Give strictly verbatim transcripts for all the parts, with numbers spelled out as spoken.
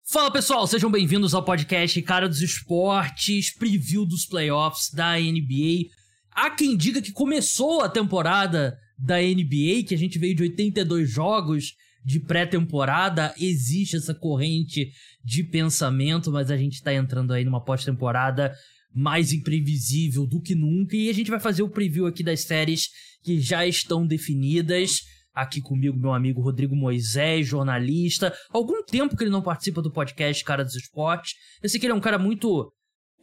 Fala pessoal, sejam bem-vindos ao podcast Cara dos Esportes, preview dos playoffs da N B A. Há quem diga que começou a temporada da N B A, que a gente veio de oitenta e dois jogos de pré-temporada, existe essa corrente de pensamento, mas a gente tá entrando aí numa pós-temporada mais imprevisível do que nunca, e a gente vai fazer o preview aqui das séries que já estão definidas. Aqui comigo, meu amigo Rodrigo Moisés, jornalista. Há algum tempo que ele não participa do podcast Cara dos Esportes. Eu sei que ele é um cara muito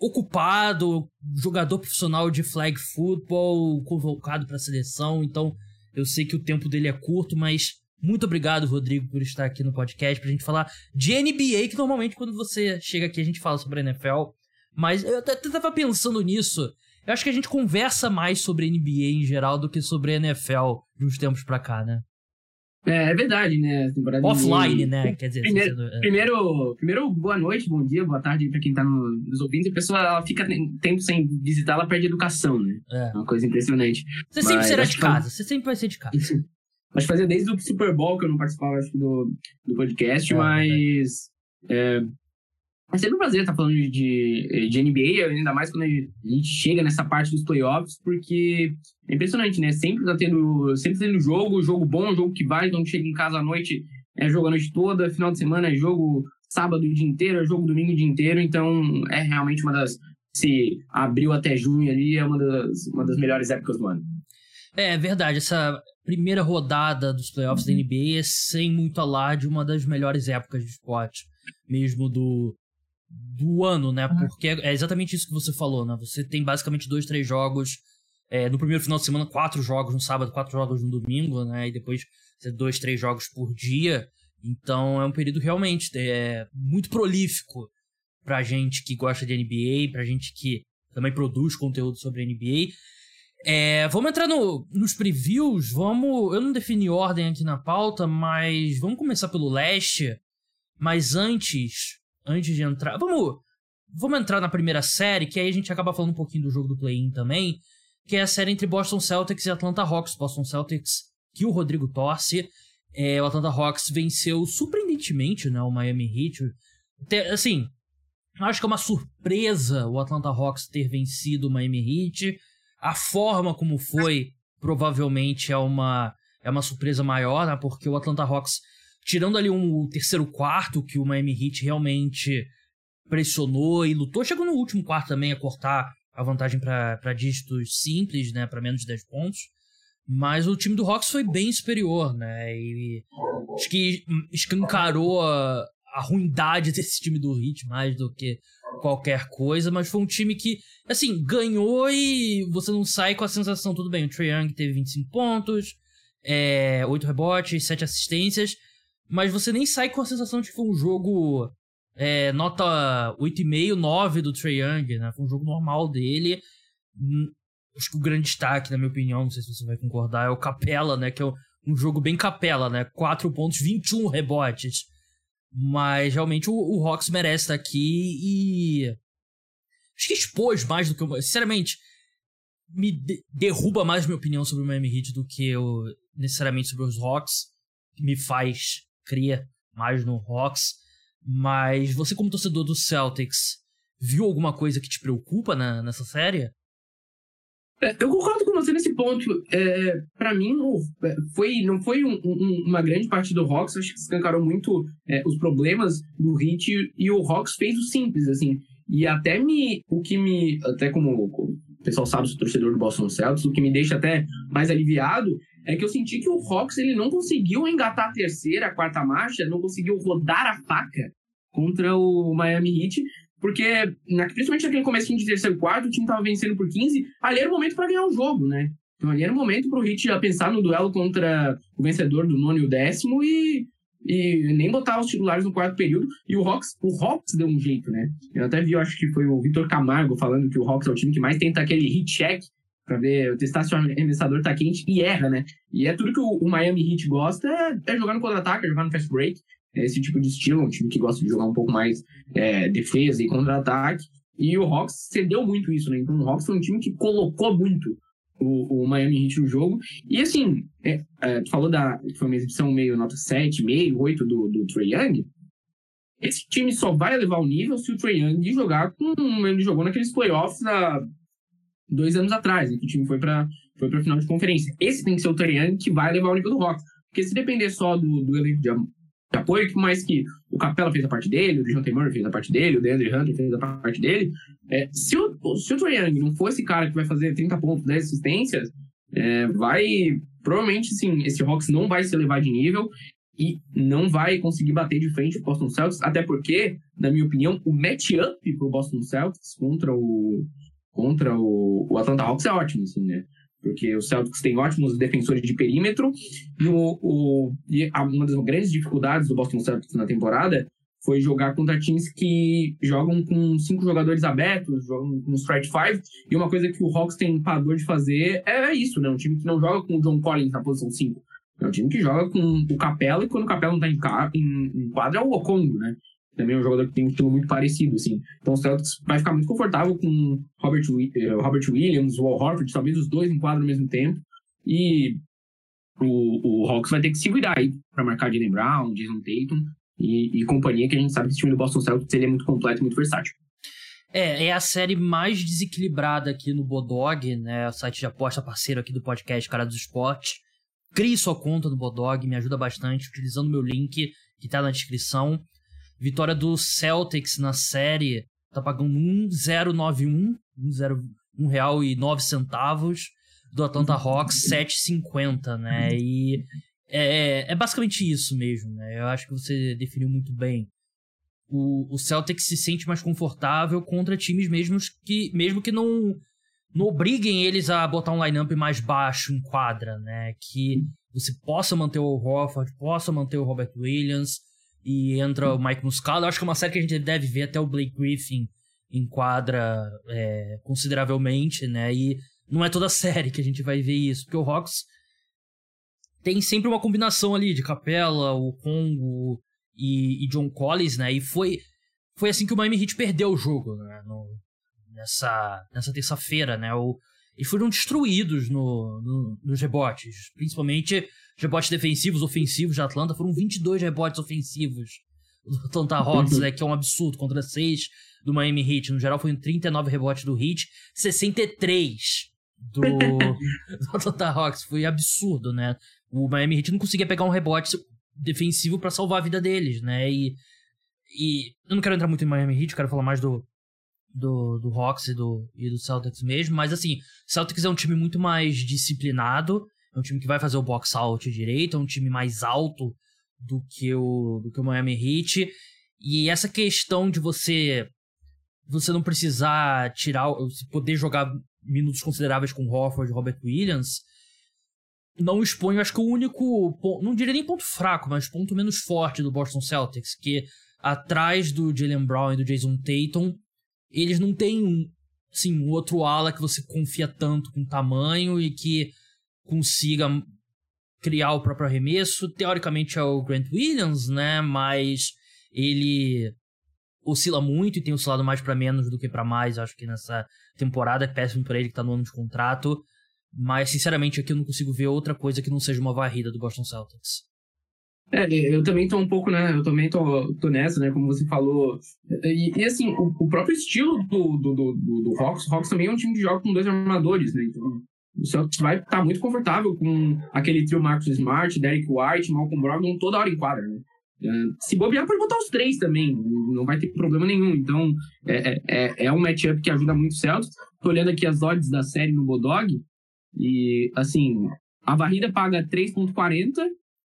ocupado, jogador profissional de flag football, convocado para a seleção, então eu sei que o tempo dele é curto, mas muito obrigado, Rodrigo, por estar aqui no podcast pra gente falar de N B A, que normalmente quando você chega aqui a gente fala sobre a N F L, mas eu até tava pensando nisso. Eu acho que a gente conversa mais sobre N B A em geral do que sobre N F L de uns tempos pra cá, né? É, é verdade, né? Offline, né? Quer dizer... Primeiro, sendo, é. primeiro, primeiro, boa noite, bom dia, boa tarde pra quem tá no, nos ouvindo. A pessoa, ela fica tempo sem visitar, ela perde educação, né? É. Uma coisa impressionante. Você sempre Mas será acho de que casa, faz- você sempre vai ser de casa. Acho que fazia desde o Super Bowl que eu não participava, acho que, do, do podcast, É, mas... É, é sempre um prazer estar falando de, de, de N B A, ainda mais quando a gente chega nessa parte dos playoffs, porque é impressionante, né? Sempre tá tendo, sempre tendo jogo, jogo bom, jogo que vai, então chega em casa à noite, é jogo a noite toda, final de semana é jogo sábado o dia inteiro, é jogo domingo o dia inteiro, então é realmente uma das... Se abril até junho ali, é uma das, uma das melhores épocas do ano. É, é verdade, essa primeira rodada dos playoffs da N B A é, sem muito alarde, uma das melhores épocas de esporte, mesmo do, do ano, né? Porque é exatamente isso que você falou, né? Você tem basicamente dois, três jogos, é, no primeiro final de semana, quatro jogos no sábado, quatro jogos no domingo, né? E depois você tem dois, três jogos por dia. Então é um período realmente é, muito prolífico pra gente que gosta de N B A, pra gente que também produz conteúdo sobre N B A. É, vamos entrar no, nos previews, vamos... Eu não defini ordem aqui na pauta, mas vamos começar pelo leste. Mas antes, antes de entrar... Vamos, vamos entrar na primeira série, que aí a gente acaba falando um pouquinho do jogo do play-in também, que é a série entre Boston Celtics e Atlanta Hawks. Boston Celtics, que o Rodrigo torce. É, o Atlanta Hawks venceu surpreendentemente, né, o Miami Heat. Até, assim, acho que é uma surpresa o Atlanta Hawks ter vencido o Miami Heat. A forma como foi, provavelmente, é uma, é uma surpresa maior, né? Porque o Atlanta Hawks, tirando ali um, o terceiro quarto, que o Miami Heat realmente pressionou e lutou, chegou no último quarto também a cortar a vantagem para dígitos simples, né? Para menos de dez pontos. Mas o time do Hawks foi bem superior, né? E acho que escancarou a, a ruindade desse time do Heat mais do que qualquer coisa, mas foi um time que, assim, ganhou e você não sai com a sensação, tudo bem, o Trae Young teve vinte e cinco pontos, é, oito rebotes, sete assistências, mas você nem sai com a sensação de que foi um jogo é, nota oito vírgula cinco, nove do Trae Young, né? Foi um jogo normal dele. Hum, acho que o grande destaque, na minha opinião, não sei se você vai concordar, é o Capela, né? Que é um jogo bem Capela, né? quatro pontos, vinte e um rebotes. Mas realmente o, o Hawks merece estar aqui e acho que expôs mais do que eu... Sinceramente, me de- derruba mais minha opinião sobre o Miami Heat do que eu, necessariamente sobre os Hawks, que me faz crer mais no Hawks. Mas você, como torcedor do Celtics, viu alguma coisa que te preocupa na, nessa série? É, eu concordo com você nesse ponto. É, para mim, o- é, foi, não foi um- um- uma grande parte do Hawks. Acho que escancarou muito é, os problemas do Heat e, e o Hawks fez o simples, assim. E até me, o que me, até como, como o pessoal sabe, sou torcedor do Boston Celtics, o que me deixa até mais aliviado é que eu senti que o Hawks ele não conseguiu engatar a terceira, a quarta marcha, não conseguiu rodar a faca contra o Miami Heat. Porque, na, principalmente naquele comecinho de terceiro quarto, o time tava vencendo por quinze, ali era o momento para ganhar o jogo, né? Então ali era o momento pro Heat já pensar no duelo contra o vencedor do nono e o décimo e, e nem botar os titulares no quarto período. E o Hawks, o Hawks deu um jeito, né? Eu até vi, eu acho que foi o Vitor Camargo falando que o Hawks é o time que mais tenta aquele hit check pra ver, testar se o arremessador tá quente e erra, né? E é tudo que o, o Miami Heat gosta, é, é jogar no contra-ataque, é jogar no fast break. Esse tipo de estilo, um time que gosta de jogar um pouco mais é, defesa e contra-ataque. E o Hawks cedeu muito isso, né? Então o Hawks foi um time que colocou muito o, o Miami Heat no jogo. E assim, é, é, tu falou da, que foi uma exibição meio nota sete, meio, oito do, do Trae Young. esse time só vai elevar o nível se o Trae Young jogar como ele jogou naqueles playoffs há dois anos atrás, em que o time foi para foi a final de conferência. Esse tem que ser o Trae Young que vai elevar o nível do Hawks. Porque se depender só do, do elenco de, de apoio, que mais que o Capela fez a parte dele, o DeJounte Murray fez a parte dele, o DeAndre Hunter fez a parte dele, é, se, o, se o Trae Young não for esse cara que vai fazer trinta pontos, dez assistências, é, vai... Provavelmente, sim, esse Hawks não vai se elevar de nível e não vai conseguir bater de frente o Boston Celtics, até porque, na minha opinião, o matchup pro Boston Celtics contra o, contra o, o Atlanta Hawks é ótimo, assim, né? Porque o Celtics tem ótimos defensores de perímetro e, o, o, e uma das grandes dificuldades do Boston Celtics na temporada foi jogar contra times que jogam com cinco jogadores abertos, jogam com stretch five, e uma coisa que o Hawks tem padrão de fazer é isso, né? Um time que não joga com o John Collins na posição cinco. É um time que joga com o Capela, e quando o Capela não tá em, ca... em, em quadra é o Okongo, né? Também é um jogador que tem um estilo muito parecido, assim. Então o Celtics vai ficar muito confortável com Robert, Robert Williams, o Al Horford, talvez os dois em quadra ao mesmo tempo, e o, o Hawks vai ter que se virar aí pra marcar Jaylen Brown, Jason Tatum, E, e companhia, que a gente sabe que esse time do Boston Celtics ele é muito completo e muito versátil. É, é a série mais desequilibrada aqui no Bodog, né? O site de aposta parceiro aqui do podcast Cara dos Esportes. Crie sua conta no Bodog, me ajuda bastante, utilizando meu link que tá na descrição. Vitória do Celtics na série tá pagando um zero nove um, um real e nove centavos. Do Atlanta Hawks, sete e cinquenta, né? E É, é basicamente isso mesmo, né? Eu acho que você definiu muito bem. O, o Celtics se sente mais confortável contra times mesmo que, mesmo que não, não obriguem eles a botar um lineup mais baixo em quadra, né? Que você possa manter o Horford, possa manter o Robert Williams e entra o Mike Muscala. Eu acho que é uma série que a gente deve ver até o Blake Griffin em quadra é, consideravelmente, né? E não é toda a série que a gente vai ver isso, porque o Hawks tem sempre uma combinação ali de Capela, o Congo e, e John Collins, né? E foi, foi assim que o Miami Heat perdeu o jogo, né? No, nessa, nessa terça-feira, né? O, eles foram destruídos no, no, nos rebotes, principalmente rebotes defensivos, ofensivos de Atlanta. Foram vinte e dois rebotes ofensivos do Atlanta Hawks, né? Que é um absurdo, contra seis do Miami Heat. No geral, foram trinta e nove rebotes do Heat, sessenta e três do, do Atlanta Hawks. Foi absurdo, né? O Miami Heat não conseguia pegar um rebote defensivo pra salvar a vida deles, né? E, e eu não quero entrar muito em Miami Heat, eu quero falar mais do, do, do Hawks e do, e do Celtics mesmo, mas assim, o Celtics é um time muito mais disciplinado, é um time que vai fazer o box out direito, é um time mais alto do que o, do que o Miami Heat, e essa questão de você você não precisar tirar, poder jogar minutos consideráveis com Horford e Robert Williams, não expõe, eu acho que o único ponto, não diria nem ponto fraco, mas ponto menos forte do Boston Celtics, que atrás do Jaylen Brown e do Jason Tatum, eles não têm, assim, um outro ala que você confia tanto com tamanho e que consiga criar o próprio arremesso. Teoricamente é o Grant Williams, né, mas ele oscila muito e tem oscilado mais para menos do que para mais, acho que nessa temporada. É péssimo para ele que tá no ano de contrato. Mas, sinceramente, aqui eu não consigo ver outra coisa que não seja uma varrida do Boston Celtics. É, eu também tô um pouco, né? Eu também tô, tô nessa, né? Como você falou. E, e assim, o, o próprio estilo do, do, do, do Hawks, o Hawks também é um time que joga com dois armadores, né? Então, o Celtics vai estar tá muito confortável com aquele trio Marcus Smart, Derek White, Malcolm Brogdon toda hora em quadra, né? Se bobear, pode botar os três também, não vai ter problema nenhum. Então, é, é, é um matchup que ajuda muito o Celtics. Tô olhando aqui as odds da série no Bodog. E, assim, a varrida paga três ponto quarenta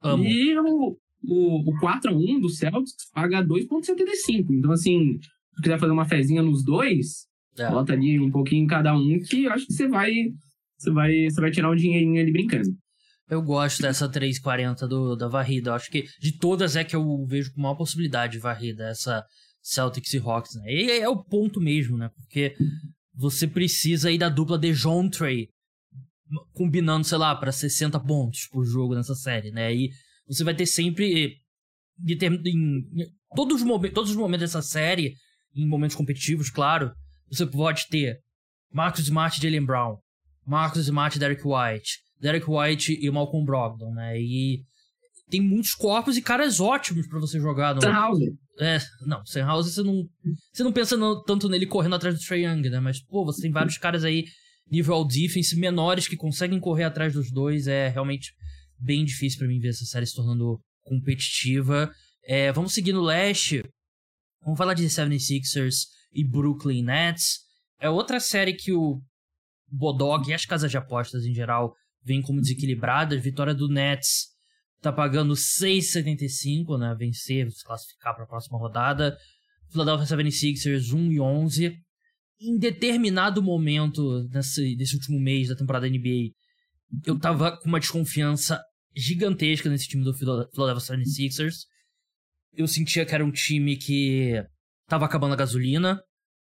e o, o, o quatro a um do Celtics paga dois ponto setenta e cinco. Então, assim, se quiser fazer uma fezinha nos dois, é. Bota ali um pouquinho em cada um, que eu acho que você vai, você vai, você vai tirar um dinheirinho ali brincando. Eu gosto dessa três quarenta do, da varrida. Eu acho que de todas é que eu vejo com maior possibilidade de varrida, essa Celtics e Hawks, né? E é o ponto mesmo, né? Porque você precisa aí da dupla DeJounte combinando, sei lá, para sessenta pontos por jogo nessa série, né? E você vai ter sempre de ter, em, todos, os momentos, todos os momentos dessa série, em momentos competitivos, claro, você pode ter Marcus Smart e Jaylen Brown, Marcus Smart e Derek White, Derek White e Malcolm Brogdon, né? E tem muitos corpos e caras ótimos para você jogar no... Tannhauser. É, não, Sam Hauser você não, você não pensa no, tanto nele correndo atrás do Trae Young, né? Mas, pô, você tem vários caras aí, nível all defense, menores, que conseguem correr atrás dos dois. É realmente bem difícil pra mim ver essa série se tornando competitiva. É, vamos seguir no leste. Vamos falar de setenta e seis ers e Brooklyn Nets. É outra série que o Bodog e as casas de apostas em geral vêm como desequilibradas. Vitória do Nets tá pagando seis vírgula setenta e cinco, né? Vencer, se classificar para a próxima rodada. Philadelphia setenta e seis ers um e onze. Em determinado momento nesse, nesse último mês da temporada N B A, eu tava com uma desconfiança gigantesca nesse time do Philadelphia setenta e seis ers. Eu sentia que era um time que tava acabando a gasolina.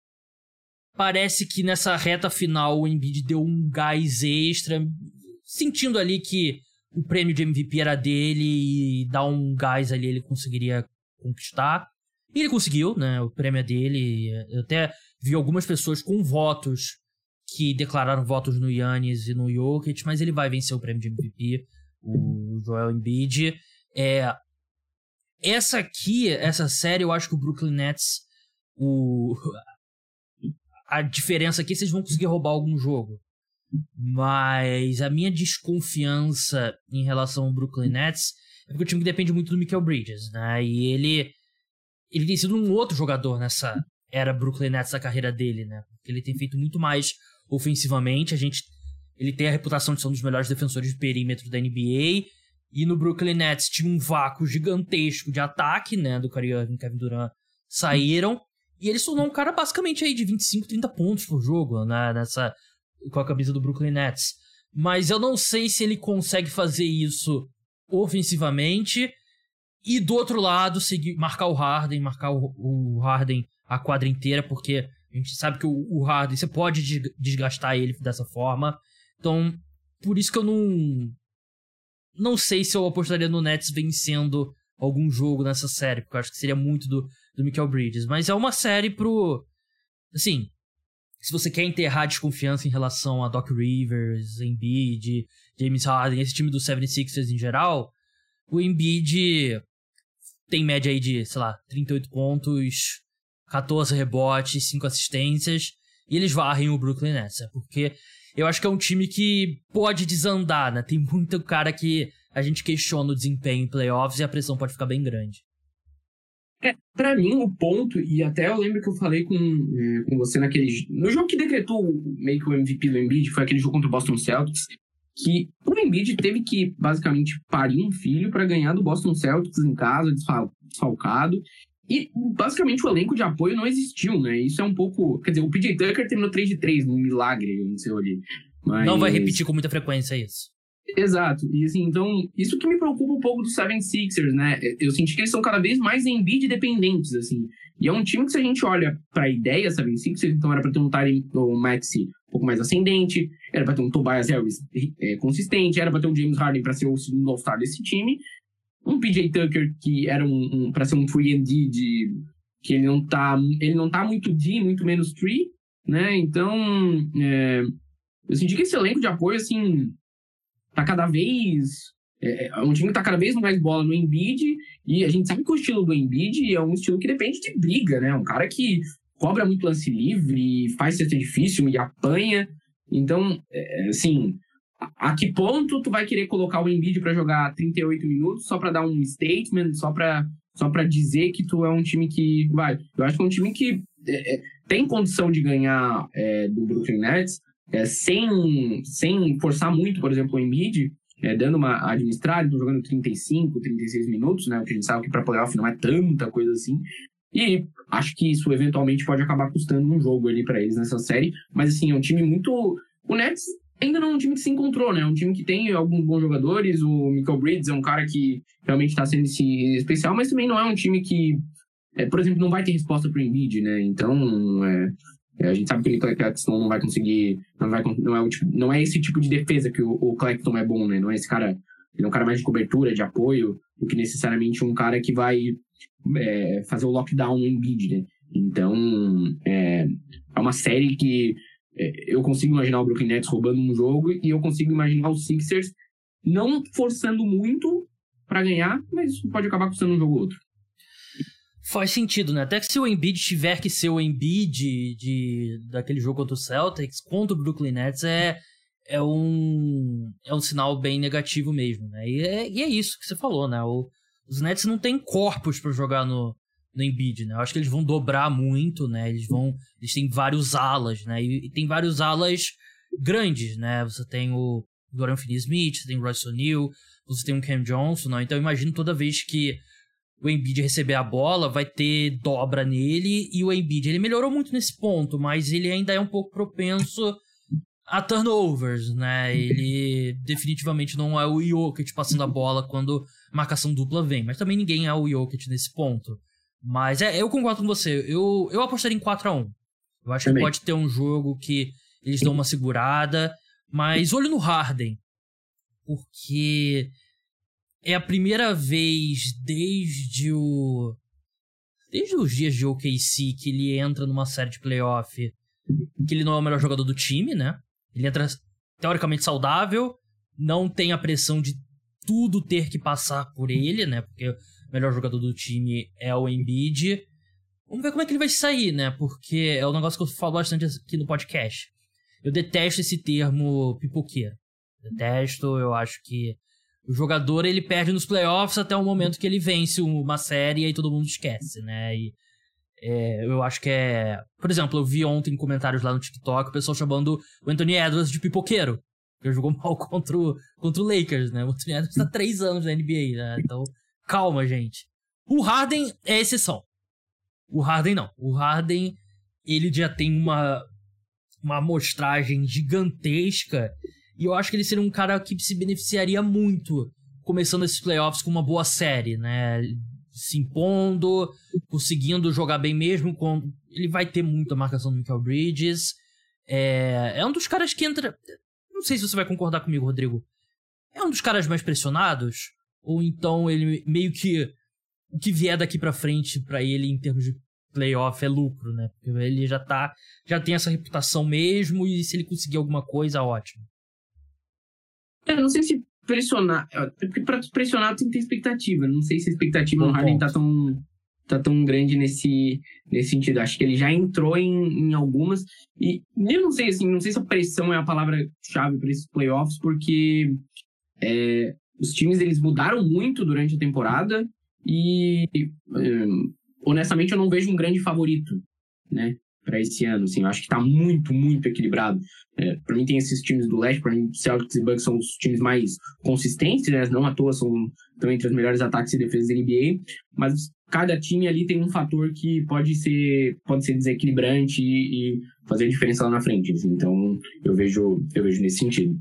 Parece que nessa reta final o Embiid deu um gás extra, sentindo ali que o prêmio de M V P era dele e dar um gás ali ele conseguiria conquistar. E ele conseguiu, né? O prêmio é dele. Eu até vi algumas pessoas com votos que declararam votos no Giannis e no Jokic, mas ele vai vencer o prêmio de M V P, o Joel Embiid. É, essa aqui, essa série, eu acho que o Brooklyn Nets, o, a diferença aqui é se eles vão conseguir roubar algum jogo. Mas a minha desconfiança em relação ao Brooklyn Nets é porque o time que depende muito do Mikal Bridges, né? E ele, ele tem sido um outro jogador nessa era Brooklyn Nets da carreira dele, né? Porque ele tem feito muito mais ofensivamente. A gente, ele tem a reputação de ser um dos melhores defensores de perímetro da N B A. E no Brooklyn Nets tinha um vácuo gigantesco de ataque, né? Do Kyrie Irving e Kevin Durant saíram. E ele se tornou um cara basicamente aí de vinte e cinco, trinta pontos por jogo, né? Nessa, com a camisa do Brooklyn Nets. Mas eu não sei se ele consegue fazer isso ofensivamente. E do outro lado, seguir, marcar o Harden, marcar o, o Harden a quadra inteira, porque a gente sabe que o, o Harden, você pode desgastar ele dessa forma. Então, por isso que eu não... Não sei se eu apostaria no Nets vencendo algum jogo nessa série, porque eu acho que seria muito do, do Mikal Bridges. Mas é uma série pro... Assim, se você quer enterrar desconfiança em relação a Doc Rivers, Embiid, James Harden, esse time do setenta e seis ers em geral, o Embiid tem média aí de, sei lá, trinta e oito pontos, catorze rebotes, cinco assistências, e eles varrem o Brooklyn Nets, né? Porque eu acho que é um time que pode desandar, né? Tem muito cara que a gente questiona o desempenho em playoffs e a pressão pode ficar bem grande. É, pra mim, o ponto, e até eu lembro que eu falei com, é, com você naquele... No jogo que decretou meio que o M V P do Embiid, foi aquele jogo contra o Boston Celtics, que o Embiid teve que, basicamente, parir um filho pra ganhar do Boston Celtics em casa, desfalcado. E, basicamente, o elenco de apoio não existiu, né? Isso é um pouco... Quer dizer, o P J Tucker terminou três de três, um milagre, não sei ali. Mas... Não vai repetir com muita frequência isso. Exato. E, assim, então, isso que me preocupa um pouco dos setenta e seis ers, né? Eu senti que eles são cada vez mais Embiid dependentes, assim. E é um time que, se a gente olha pra ideia setenta e seis ers, então era pra ter um Tyrese Maxey um pouco mais ascendente, era pra ter um Tobias Harris é, consistente, era pra ter um James Harden pra ser o segundo All-Star desse time. Um P J Tucker que era um, um para ser um três and D de que ele não tá ele não tá muito D, muito menos três, né? Então, é, eu senti que esse elenco de apoio assim tá cada vez é, é um time que tá cada vez mais bola no Embiid, e a gente sabe que o estilo do Embiid é um estilo que depende de briga, né? Um cara que cobra muito lance livre, faz cesta difícil e apanha. Então, é, assim, a que ponto tu vai querer colocar o Embiid pra jogar trinta e oito minutos só pra dar um statement, só pra, só pra dizer que tu é um time que... Vai, eu acho que é um time que é, tem condição de ganhar é, do Brooklyn Nets é, sem, sem forçar muito, por exemplo, o Embiid, é, dando uma administrada, jogando trinta e cinco, trinta e seis minutos, né? Porque a gente sabe que pra playoff não é tanta coisa assim. E acho que isso eventualmente pode acabar custando um jogo ali pra eles nessa série. Mas assim, é um time muito... O Nets ainda não é um time que se encontrou, né? É um time que tem alguns bons jogadores. O Mikal Bridges é um cara que realmente está sendo esse especial, mas também não é um time que, é, por exemplo, não vai ter resposta pro Embiid, né? Então, é, é, a gente sabe que o Claxton não vai conseguir... Não, vai, não, é o tipo, não é esse tipo de defesa que o, o Claxton é bom, né? Não é esse cara... Ele é um cara mais de cobertura, de apoio, do que necessariamente um cara que vai é, fazer o lockdown no Embiid, né? Então, é, é uma série que eu consigo imaginar o Brooklyn Nets roubando um jogo, e eu consigo imaginar os Sixers não forçando muito pra ganhar, mas isso pode acabar custando um jogo ou outro. Faz sentido, né? Até que se o Embiid tiver que ser o Embiid de, de, daquele jogo contra o Celtics, contra o Brooklyn Nets, é, é, um, é um sinal bem negativo mesmo, né? E é, e é isso que você falou, né? O, os Nets não têm corpos pra jogar no, no Embiid, né? Eu acho que eles vão dobrar muito, né? Eles vão... Eles têm vários alas, né? E, e tem vários alas grandes, né? Você tem o Dorian Finney-Smith, você tem o Royce O'Neal, você tem o Cam Johnson, né? Então eu imagino toda vez que o Embiid receber a bola, vai ter dobra nele, e o Embiid, ele melhorou muito nesse ponto, mas ele ainda é um pouco propenso a turnovers, né? Ele definitivamente não é o Jokic passando a bola quando marcação dupla vem, mas também ninguém é o Jokic nesse ponto. Mas é, eu concordo com você, eu, eu apostaria em quatro a um. Eu acho também que pode ter um jogo que eles dão uma segurada, mas olho no Harden, porque é a primeira vez desde o desde os dias de O K C que ele entra numa série de playoff que ele não é o melhor jogador do time, né? Ele entra teoricamente saudável, não tem a pressão de tudo ter que passar por ele, né? Porque o melhor jogador do time é o Embiid. Vamos ver como é que ele vai sair, né? Porque é um negócio que eu falo bastante aqui no podcast. Eu detesto esse termo pipoqueiro. Detesto, eu acho que o jogador, ele perde nos playoffs até o momento que ele vence uma série e aí todo mundo esquece, né? E é, eu acho que é... Por exemplo, eu vi ontem em comentários lá no TikTok o pessoal chamando o Anthony Edwards de pipoqueiro, porque jogou mal contra o, contra o Lakers, né? O Anthony Edwards tá três anos na N B A, né? Então, calma, gente. O Harden é exceção. O Harden não. O Harden, ele já tem uma, uma amostragem gigantesca. E eu acho que ele seria um cara que se beneficiaria muito começando esses playoffs com uma boa série, né? Se impondo, conseguindo jogar bem mesmo. Com... Ele vai ter muita marcação do Mikal Bridges. É... é um dos caras que entra... Não sei se você vai concordar comigo, Rodrigo. É um dos caras mais pressionados? Ou então ele meio que... O que vier daqui pra frente pra ele em termos de playoff é lucro, né? Porque ele já tá... Já tem essa reputação mesmo e se ele conseguir alguma coisa, ótimo. Eu não sei se pressionar... Porque pra pressionar tem que ter expectativa. Não sei se a expectativa no Harden tá tão, tá tão grande nesse, nesse sentido. Acho que ele já entrou em, em algumas. E eu não sei, assim, não sei se a pressão é a palavra-chave para esses playoffs, porque é, os times eles mudaram muito durante a temporada e, é, honestamente, eu não vejo um grande favorito, né? Para esse ano, assim, eu acho que tá muito, muito equilibrado. É, para mim tem esses times do leste, para mim Celtics e Bucks são os times mais consistentes, né? Não à toa são, estão entre os melhores ataques e defesas da N B A, mas cada time ali tem um fator que pode ser, pode ser desequilibrante e, e fazer diferença lá na frente, assim. Então eu vejo, eu vejo nesse sentido.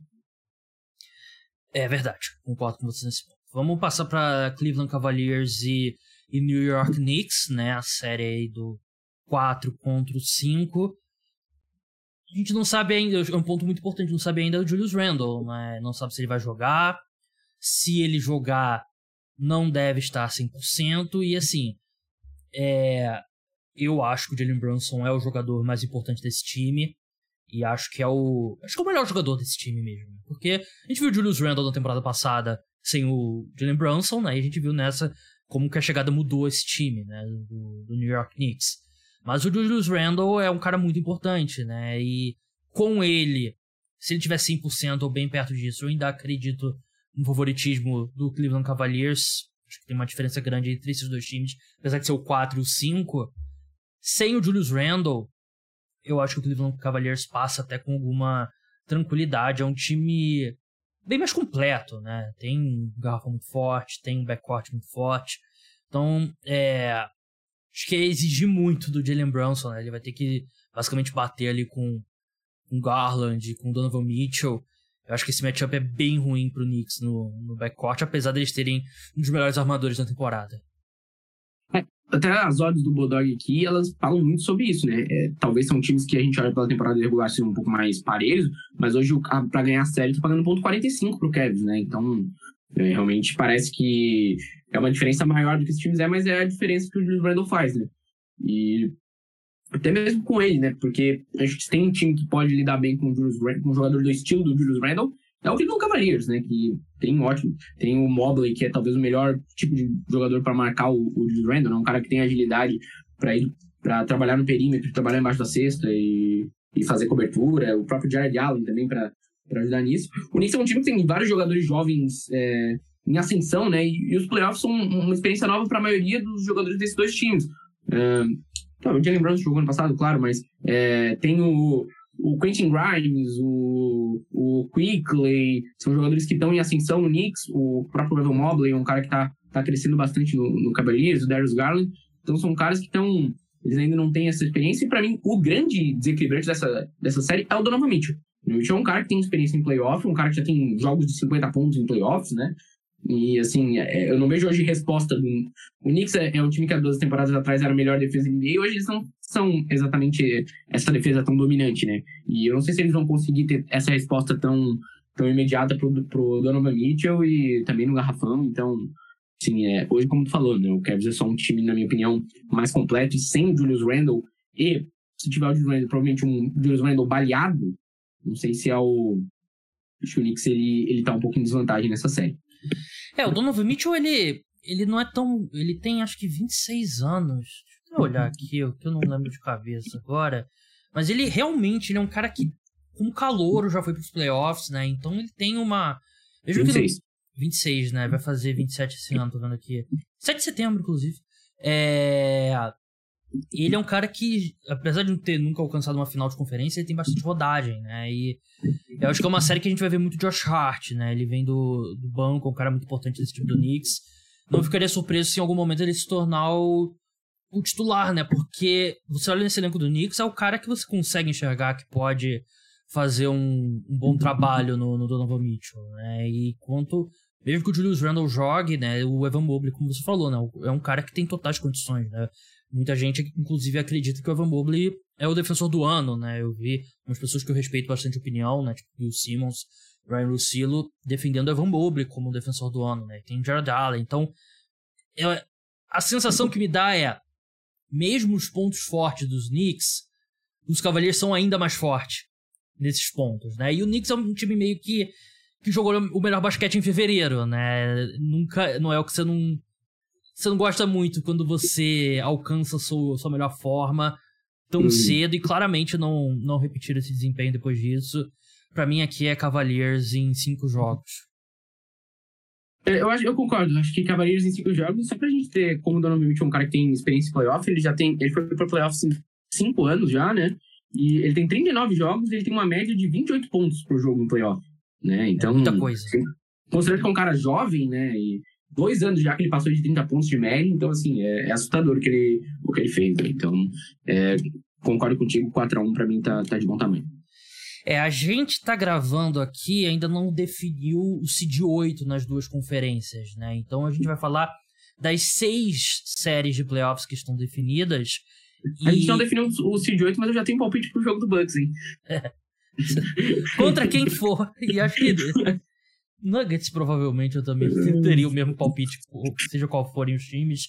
É verdade, concordo com você nesse ponto. Vamos passar para Cleveland Cavaliers e, e New York Knicks, né? A série aí do quatro contra o cinco. A gente não sabe ainda, é um ponto muito importante, não sabe ainda o Julius Randle, né? Não sabe se ele vai jogar, se ele jogar não deve estar cem por cento, e assim, é, eu acho que o Jalen Brunson é o jogador mais importante desse time, e acho que é o acho que é o melhor jogador desse time mesmo, porque a gente viu o Julius Randle na temporada passada sem o Jalen Brunson, né? E a gente viu nessa como que a chegada mudou esse time, né? Do, do New York Knicks. Mas o Julius Randle é um cara muito importante, né? E com ele, se ele tiver cem por cento ou bem perto disso, eu ainda acredito no favoritismo do Cleveland Cavaliers. Acho que tem uma diferença grande entre esses dois times, apesar de ser o quatro e o cinco. Sem o Julius Randle, eu acho que o Cleveland Cavaliers passa até com alguma tranquilidade. É um time bem mais completo, né? Tem um garrafão muito forte, tem um backcourt muito forte. Então, é... acho que é exigir muito do Jalen Brunson, né? Ele vai ter que basicamente bater ali com com Garland, com Donovan Mitchell. Eu acho que esse matchup é bem ruim pro Knicks no, no backcourt, apesar deles terem um dos melhores armadores da temporada. É, até as odds do Bodog aqui, elas falam muito sobre isso, né? É, talvez são times que a gente olha pela temporada regular ser um pouco mais parelhos, mas hoje pra ganhar a série tá pagando um ponto quarenta e cinco pro Cavs, né? Então, é, realmente parece que é uma diferença maior do que esses times é, mas é a diferença que o Julius Randle faz, né? E até mesmo com ele, né? Porque a gente tem um time que pode lidar bem com, o Julius Randle, com um jogador do estilo do Julius Randle, É o Cleveland Cavaliers, né? Que tem um ótimo. Tem o Mobley, que é talvez o melhor tipo de jogador para marcar o, o Julius Randle, né? Um cara que tem agilidade para ir para trabalhar no perímetro, trabalhar embaixo da cesta e, e fazer cobertura. O próprio Jared Allen também para ajudar nisso. O Knicks é um time que tem vários jogadores jovens é, em ascensão, né? E, e os playoffs são uma experiência nova para a maioria dos jogadores desses dois times. É, tá, o Jalen Brown jogou ano passado, claro, mas é, tem o O Quentin Grimes, o, o Quickley, são jogadores que estão em ascensão no Knicks. O próprio Evan Mobley é um cara que está tá crescendo bastante no, no Cavaliers, o Darius Garland. Então são caras que estão... Eles ainda não têm essa experiência. E para mim, o grande desequilibrante dessa, dessa série é o Donovan Mitchell. O Mitchell é um cara que tem experiência em playoff, um cara que já tem jogos de cinquenta pontos em playoffs, né? E, assim, é, eu não vejo hoje resposta. Do... O Knicks é, é um time que há duas temporadas atrás era a melhor defesa da N B A, hoje eles não são exatamente essa defesa tão dominante, né? E eu não sei se eles vão conseguir ter essa resposta tão, tão imediata pro, pro Donovan Mitchell e também no garrafão. Então, assim, é, hoje, como tu falou, né, o Cavs é só um time, na minha opinião, mais completo, e sem o Julius Randle, e se tiver o Julius Randle, provavelmente um Julius Randle baleado, não sei se é o... Acho que o Knicks, ele, ele tá um pouco em desvantagem nessa série. É, o Donovan Mitchell, ele, ele não é tão... Ele tem, acho que, vinte e seis anos. Deixa eu olhar aqui, que eu não lembro de cabeça agora. Mas ele realmente, ele é um cara que, com calor, já foi pros playoffs, né? Então ele tem uma... Veja vinte e seis. Que vinte e seis, né? Vai fazer vinte e sete esse ano, tô vendo aqui. sete de setembro, inclusive. É... Ele é um cara que, apesar de não ter nunca alcançado uma final de conferência, ele tem bastante rodagem, né? E eu acho que é uma série que a gente vai ver muito Josh Hart, né? Ele vem do, do banco, é um cara muito importante desse time do Knicks. Não ficaria surpreso se em algum momento ele se tornar o, o titular, né? Porque você olha nesse elenco do Knicks, é o cara que você consegue enxergar que pode fazer um, um bom trabalho no, no Donovan Mitchell, né? E quanto... Mesmo que o Julius Randle jogue, né? O Evan Mobley, como você falou, né? É um cara que tem totais condições, né? Muita gente, inclusive, acredita que o Evan Mobley é o defensor do ano, né? Eu vi umas pessoas que eu respeito bastante a opinião, né? Tipo Bill Simmons, Ryan Russillo, defendendo o Evan Mobley como defensor do ano, né? Tem Jared Allen. Então, eu, a sensação que me dá é, mesmo os pontos fortes dos Knicks, os Cavaliers são ainda mais fortes nesses pontos, né? E o Knicks é um time meio que, que jogou o melhor basquete em fevereiro, né? Nunca, não é o que você não... Você não gosta muito quando você alcança a sua, sua melhor forma tão uhum. cedo e claramente não, não repetir esse desempenho depois disso. Pra mim aqui é Cavaliers em cinco jogos. Eu, acho, eu concordo, acho que Cavaliers em cinco jogos, só pra gente ter, como o Donovan Mitchell é um cara que tem experiência em playoff, ele já tem, ele foi pro playoff em cinco anos já, né? E ele tem trinta e nove jogos e ele tem uma média de vinte e oito pontos por jogo em playoff, né? Então, é muita coisa. Considerando que é um cara jovem, né? E dois anos já que ele passou de trinta pontos de média, então, assim, é, é assustador o que ele, o que ele fez. Né? Então, é, concordo contigo, quatro a um pra mim tá, tá de bom tamanho. É, a gente tá gravando aqui, ainda não definiu o seed oito nas duas conferências, né? Então a gente vai falar das seis séries de playoffs que estão definidas. E... A gente não definiu o seed oito, mas eu já tenho palpite pro jogo do Bucks, hein? É. Contra quem for, e acho que... Nuggets, provavelmente, eu também teria o mesmo palpite, seja qual forem os times,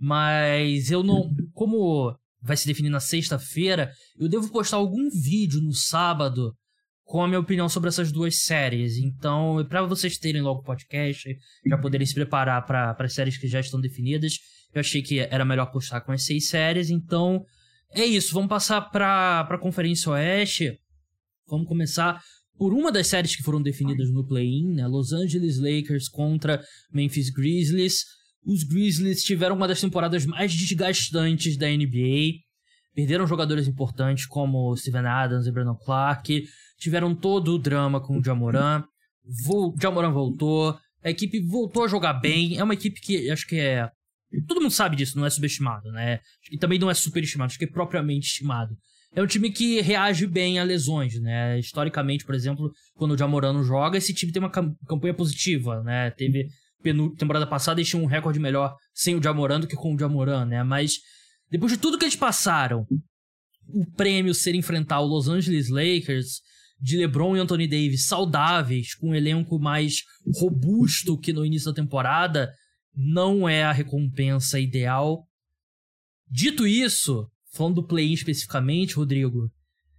mas eu não... Como vai se definir na sexta-feira, eu devo postar algum vídeo no sábado com a minha opinião sobre essas duas séries. Então, para vocês terem logo o podcast, já poderem se preparar para as séries que já estão definidas, eu achei que era melhor postar com as seis séries. Então, é isso. Vamos passar para a Conferência Oeste. Vamos começar por uma das séries que foram definidas no play-in, né? Los Angeles Lakers contra Memphis Grizzlies. Os Grizzlies tiveram uma das temporadas mais desgastantes da N B A. Perderam jogadores importantes como Steven Adams e Brandon Clark. Tiveram todo o drama com o Ja Morant. O Ja Morant voltou. A equipe voltou a jogar bem. É uma equipe que acho que é... Todo mundo sabe disso, não é subestimado, né? E também não é superestimado, acho que é propriamente estimado. É um time que reage bem a lesões, né? Historicamente, por exemplo, quando o Ja Morant não joga, esse time tem uma campanha positiva, né? Teve... temporada passada eles tinham um recorde melhor sem o Ja Morant do que com o Ja Morant, né? Mas depois de tudo que eles passaram, o prêmio ser enfrentar o Los Angeles Lakers, de LeBron e Anthony Davis saudáveis, com um elenco mais robusto que no início da temporada, não é a recompensa ideal. Dito isso, falando do play-in especificamente, Rodrigo,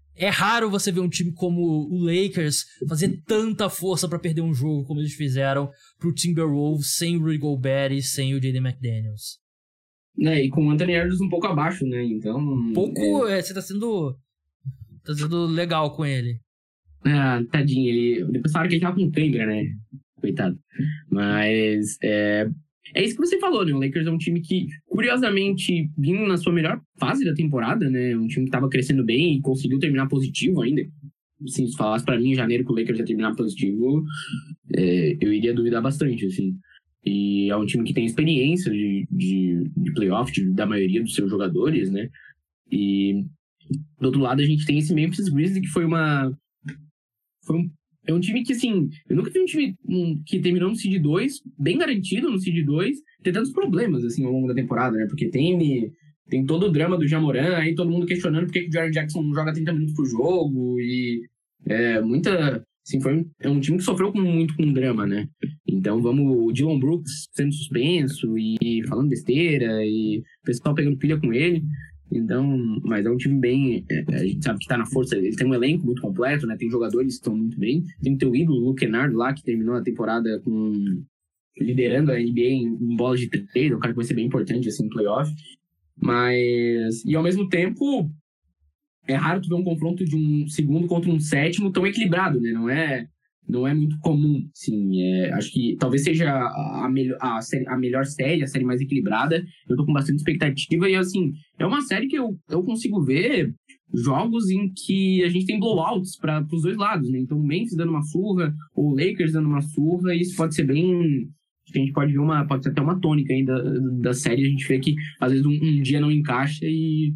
É raro você ver um time como o Lakers fazer tanta força pra perder um jogo como eles fizeram pro Timberwolves sem o Rudy Gobert e sem o Jaden McDaniels. É, e com o Anthony Edwards um pouco abaixo, né? Então... Um pouco... É... É, você tá sendo... Tá sendo legal com ele. Ah, tadinho. Ele... Depois falaram que ele tava com cãibra, né? Coitado. Mas... É... É isso que você falou, né? O Lakers é um time que, curiosamente, vindo na sua melhor fase da temporada, né? Um time que tava crescendo bem e conseguiu terminar positivo ainda. Assim, se falasse pra mim em janeiro que o Lakers ia terminar positivo, é, eu iria duvidar bastante, assim. E é um time que tem experiência de, de, de playoff de, da maioria dos seus jogadores, né? E, do outro lado, a gente tem esse Memphis Grizzlies, que foi uma... Foi um É um time que, assim, eu nunca vi um time um, que terminou no seed dois, bem garantido no seed dois, tem tantos problemas, assim, ao longo da temporada, né? Porque tem, tem todo o drama do Ja Morant, aí todo mundo questionando por que o Jaren Jackson não joga trinta minutos por jogo, e é, muita... Assim, foi um, é um time que sofreu com, muito com drama, né? Então, vamos... O Dillon Brooks sendo suspenso e falando besteira, e o pessoal pegando pilha com ele. Então, mas é um time bem... É, a gente sabe que tá na força. Ele tem um elenco muito completo, né? Tem jogadores que estão muito bem. Tem o teu ídolo, o Luke Kennard, lá, que terminou a temporada com... liderando a N B A em, em bolas de três. É um cara que vai ser bem importante, assim, no playoff. Mas... E, ao mesmo tempo, é raro tu ver um confronto de um segundo contra um sétimo tão equilibrado, né? Não é... Não é muito comum, sim. É, acho que talvez seja a, a, melhor, a, série, a melhor série, a série mais equilibrada. Eu tô com bastante expectativa e, assim, é uma série que eu, eu consigo ver jogos em que a gente tem blowouts para os dois lados, né? Então, o Memphis dando uma surra, ou o Lakers dando uma surra, e isso pode ser bem... Acho que a gente pode ver uma... Pode ser até uma tônica aí da, da série. A gente vê que, às vezes, um, um dia não encaixa e,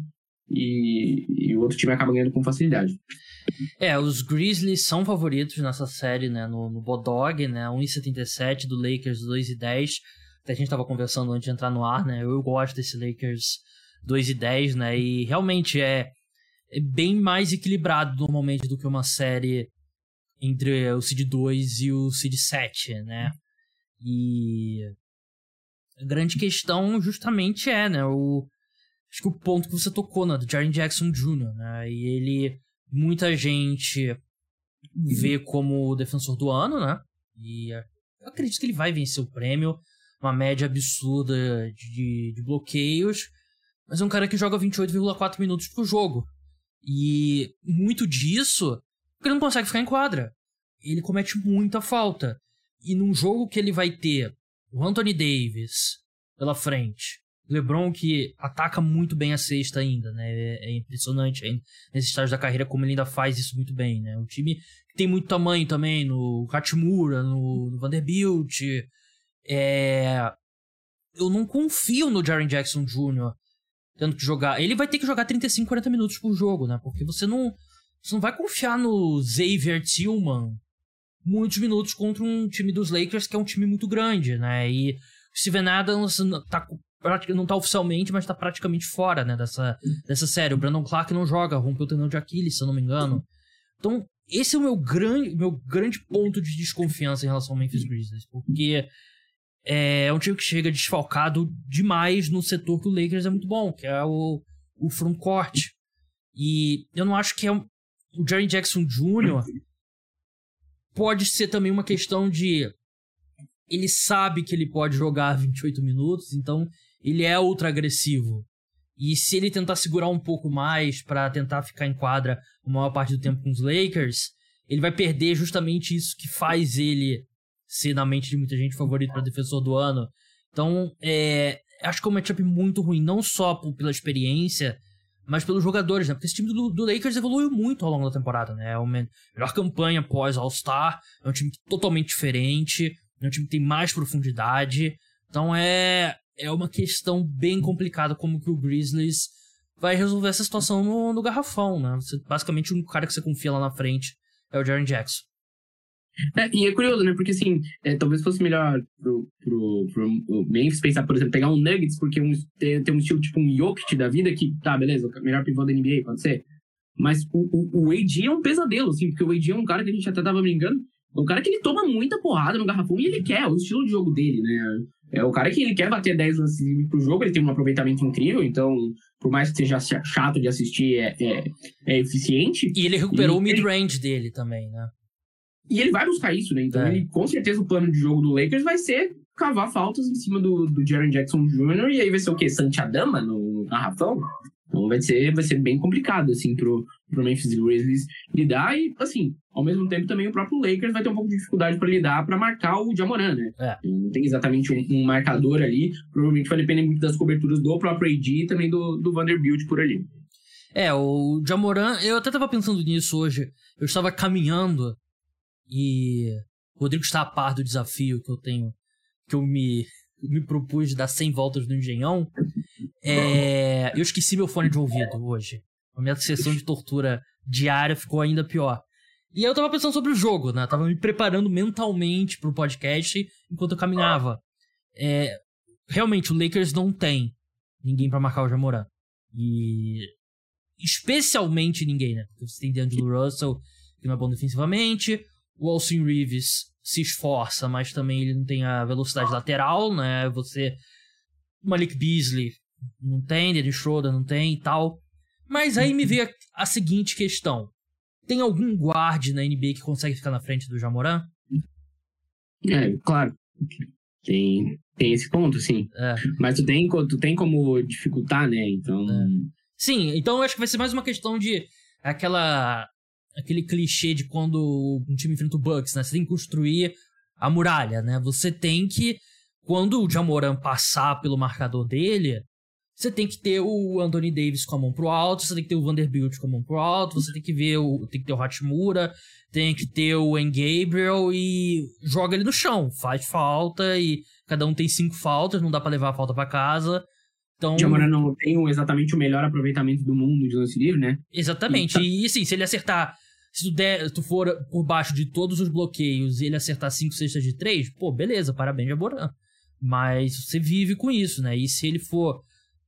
e, e o outro time acaba ganhando com facilidade. É, os Grizzlies são favoritos nessa série, né, no, no Bodog, né, um e setenta e sete do Lakers, dois e dez. Até a gente tava conversando antes de entrar no ar, né, eu gosto desse Lakers dois e dez, né, e realmente é, é bem mais equilibrado normalmente do que uma série entre o Seed dois e o Seed sete, né, e a grande questão justamente é, né, o, acho que o ponto que você tocou, né, do Jaren Jackson Júnior, né, e ele... Muita gente vê como o defensor do ano, né? E eu acredito que ele vai vencer o prêmio. Uma média absurda de, de bloqueios. Mas é um cara que joga vinte e oito vírgula quatro minutos por jogo. E muito disso porque ele não consegue ficar em quadra. Ele comete muita falta. E num jogo que ele vai ter o Anthony Davis pela frente... LeBron que ataca muito bem a cesta ainda, né? É, é impressionante ainda, nesse estágio da carreira como ele ainda faz isso muito bem, né? Um time que tem muito tamanho também no Hachimura, no, no Vanderbilt. É... Eu não confio no Jaren Jackson Júnior tendo que jogar. Ele vai ter que jogar trinta e cinco, quarenta minutos por jogo, né? Porque você não, você não vai confiar no Xavier Tillman muitos minutos contra um time dos Lakers que é um time muito grande, né? E o Steven Adams tá não tá oficialmente, mas tá praticamente fora, né, dessa, dessa série. O Brandon Clark não joga, rompeu o tendão de Aquiles, se eu não me engano. Então, esse é o meu grande, meu grande ponto de desconfiança em relação ao Memphis Grizzlies, porque é um time que chega desfalcado demais no setor que o Lakers é muito bom, que é o, o frontcourt. E eu não acho que é um, o Jaren Jackson Júnior pode ser também uma questão de... Ele sabe que ele pode jogar vinte e oito minutos, então ele é ultra agressivo. E se ele tentar segurar um pouco mais para tentar ficar em quadra a maior parte do tempo com os Lakers, ele vai perder justamente isso que faz ele ser, na mente de muita gente, favorito para defensor do ano. Então, é, acho que é um matchup muito ruim, não só por, pela experiência, mas pelos jogadores, né? Porque esse time do, do Lakers evoluiu muito ao longo da temporada, né? É uma melhor campanha pós All-Star, é um time totalmente diferente, é um time que tem mais profundidade. Então é, é uma questão bem complicada como que o Grizzlies vai resolver essa situação no, no garrafão, né? Você, basicamente, o único cara que você confia lá na frente é o Jaren Jackson. É, e é curioso, né? Porque, assim, é, talvez fosse melhor pro, pro, pro Memphis pensar, por exemplo, pegar um Nuggets, porque um, tem, tem um estilo tipo um Jokic da vida que, tá, beleza, o melhor pivô da N B A, pode ser. Mas o, o, o A D é um pesadelo, assim, porque o A D é um cara que a gente até tava brincando, é um cara que ele toma muita porrada no garrafão e ele quer, é o estilo de jogo dele, né? É o cara que ele quer bater dez lances livres pro jogo, ele tem um aproveitamento incrível, então, por mais que seja chato de assistir, é, é, é eficiente. E ele recuperou e o mid-range ele... dele também, né? E ele vai buscar isso, né? Então, é. ele, com certeza, o plano de jogo do Lakers vai ser cavar faltas em cima do, do Jaren Jackson Júnior e aí vai ser o quê? Santiadama no garrafão? Então vai ser, vai ser bem complicado, assim, pro, pro Memphis Grizzlies lidar. E, assim, ao mesmo tempo também o próprio Lakers vai ter um pouco de dificuldade para lidar para marcar o Ja Morant, né? É. Não tem exatamente um, um marcador ali. Provavelmente vai depender muito das coberturas do próprio A D e também do, do Vanderbilt por ali. É, o Ja Morant, eu até tava pensando nisso hoje. Eu estava caminhando e o Rodrigo está a par do desafio que eu tenho, que eu me... me propus de dar cem voltas no Engenhão, é... eu esqueci meu fone de ouvido hoje. A minha sessão de tortura diária ficou ainda pior. E aí eu tava pensando sobre o jogo, né? Eu tava me preparando mentalmente pro podcast enquanto eu caminhava. É... Realmente, o Lakers não tem ninguém pra marcar o Ja Morant. E... especialmente ninguém, né? Porque você tem D'Angelo Russell, que não é bom defensivamente. O Austin Reeves se esforça, mas também ele não tem a velocidade lateral, né? Você... Malik Beasley não tem, Dennis Schroeder não tem e tal. Mas aí me veio a, a seguinte questão. Tem algum guard na N B A que consegue ficar na frente do Ja Morant? É, claro. Tem, tem esse ponto, sim. É. Mas tu tem, tu tem como dificultar, né? Então... É. Sim, então eu acho que vai ser mais uma questão de... aquela... aquele clichê de quando um time enfrenta o Bucks, né? Você tem que construir a muralha, né? Você tem que... Quando o Ja Morant passar pelo marcador dele, você tem que ter o Anthony Davis com a mão pro alto, você tem que ter o Vanderbilt com a mão pro alto, você tem que ver o... tem que ter o Hachimura, tem que ter o N. Gabriel e joga ele no chão. Faz falta e cada um tem cinco faltas, não dá pra levar a falta pra casa. Então, o Ja Morant não tem exatamente o melhor aproveitamento do mundo de lance livre, né? Exatamente. E, e assim, se ele acertar... Se tu, der, tu for por baixo de todos os bloqueios e ele acertar cinco cestas de três, pô, beleza, parabéns, Ja Morant. Mas você vive com isso, né? E se ele for...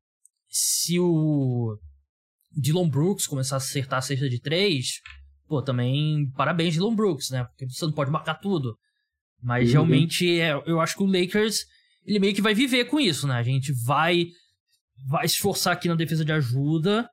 Se o Dillon Brooks começar a acertar a cesta de três, pô, também parabéns, Dillon Brooks, né? Porque você não pode marcar tudo. Mas uhum. realmente, é, eu acho que o Lakers, ele meio que vai viver com isso, né? A gente vai, vai se esforçar aqui na defesa de ajuda...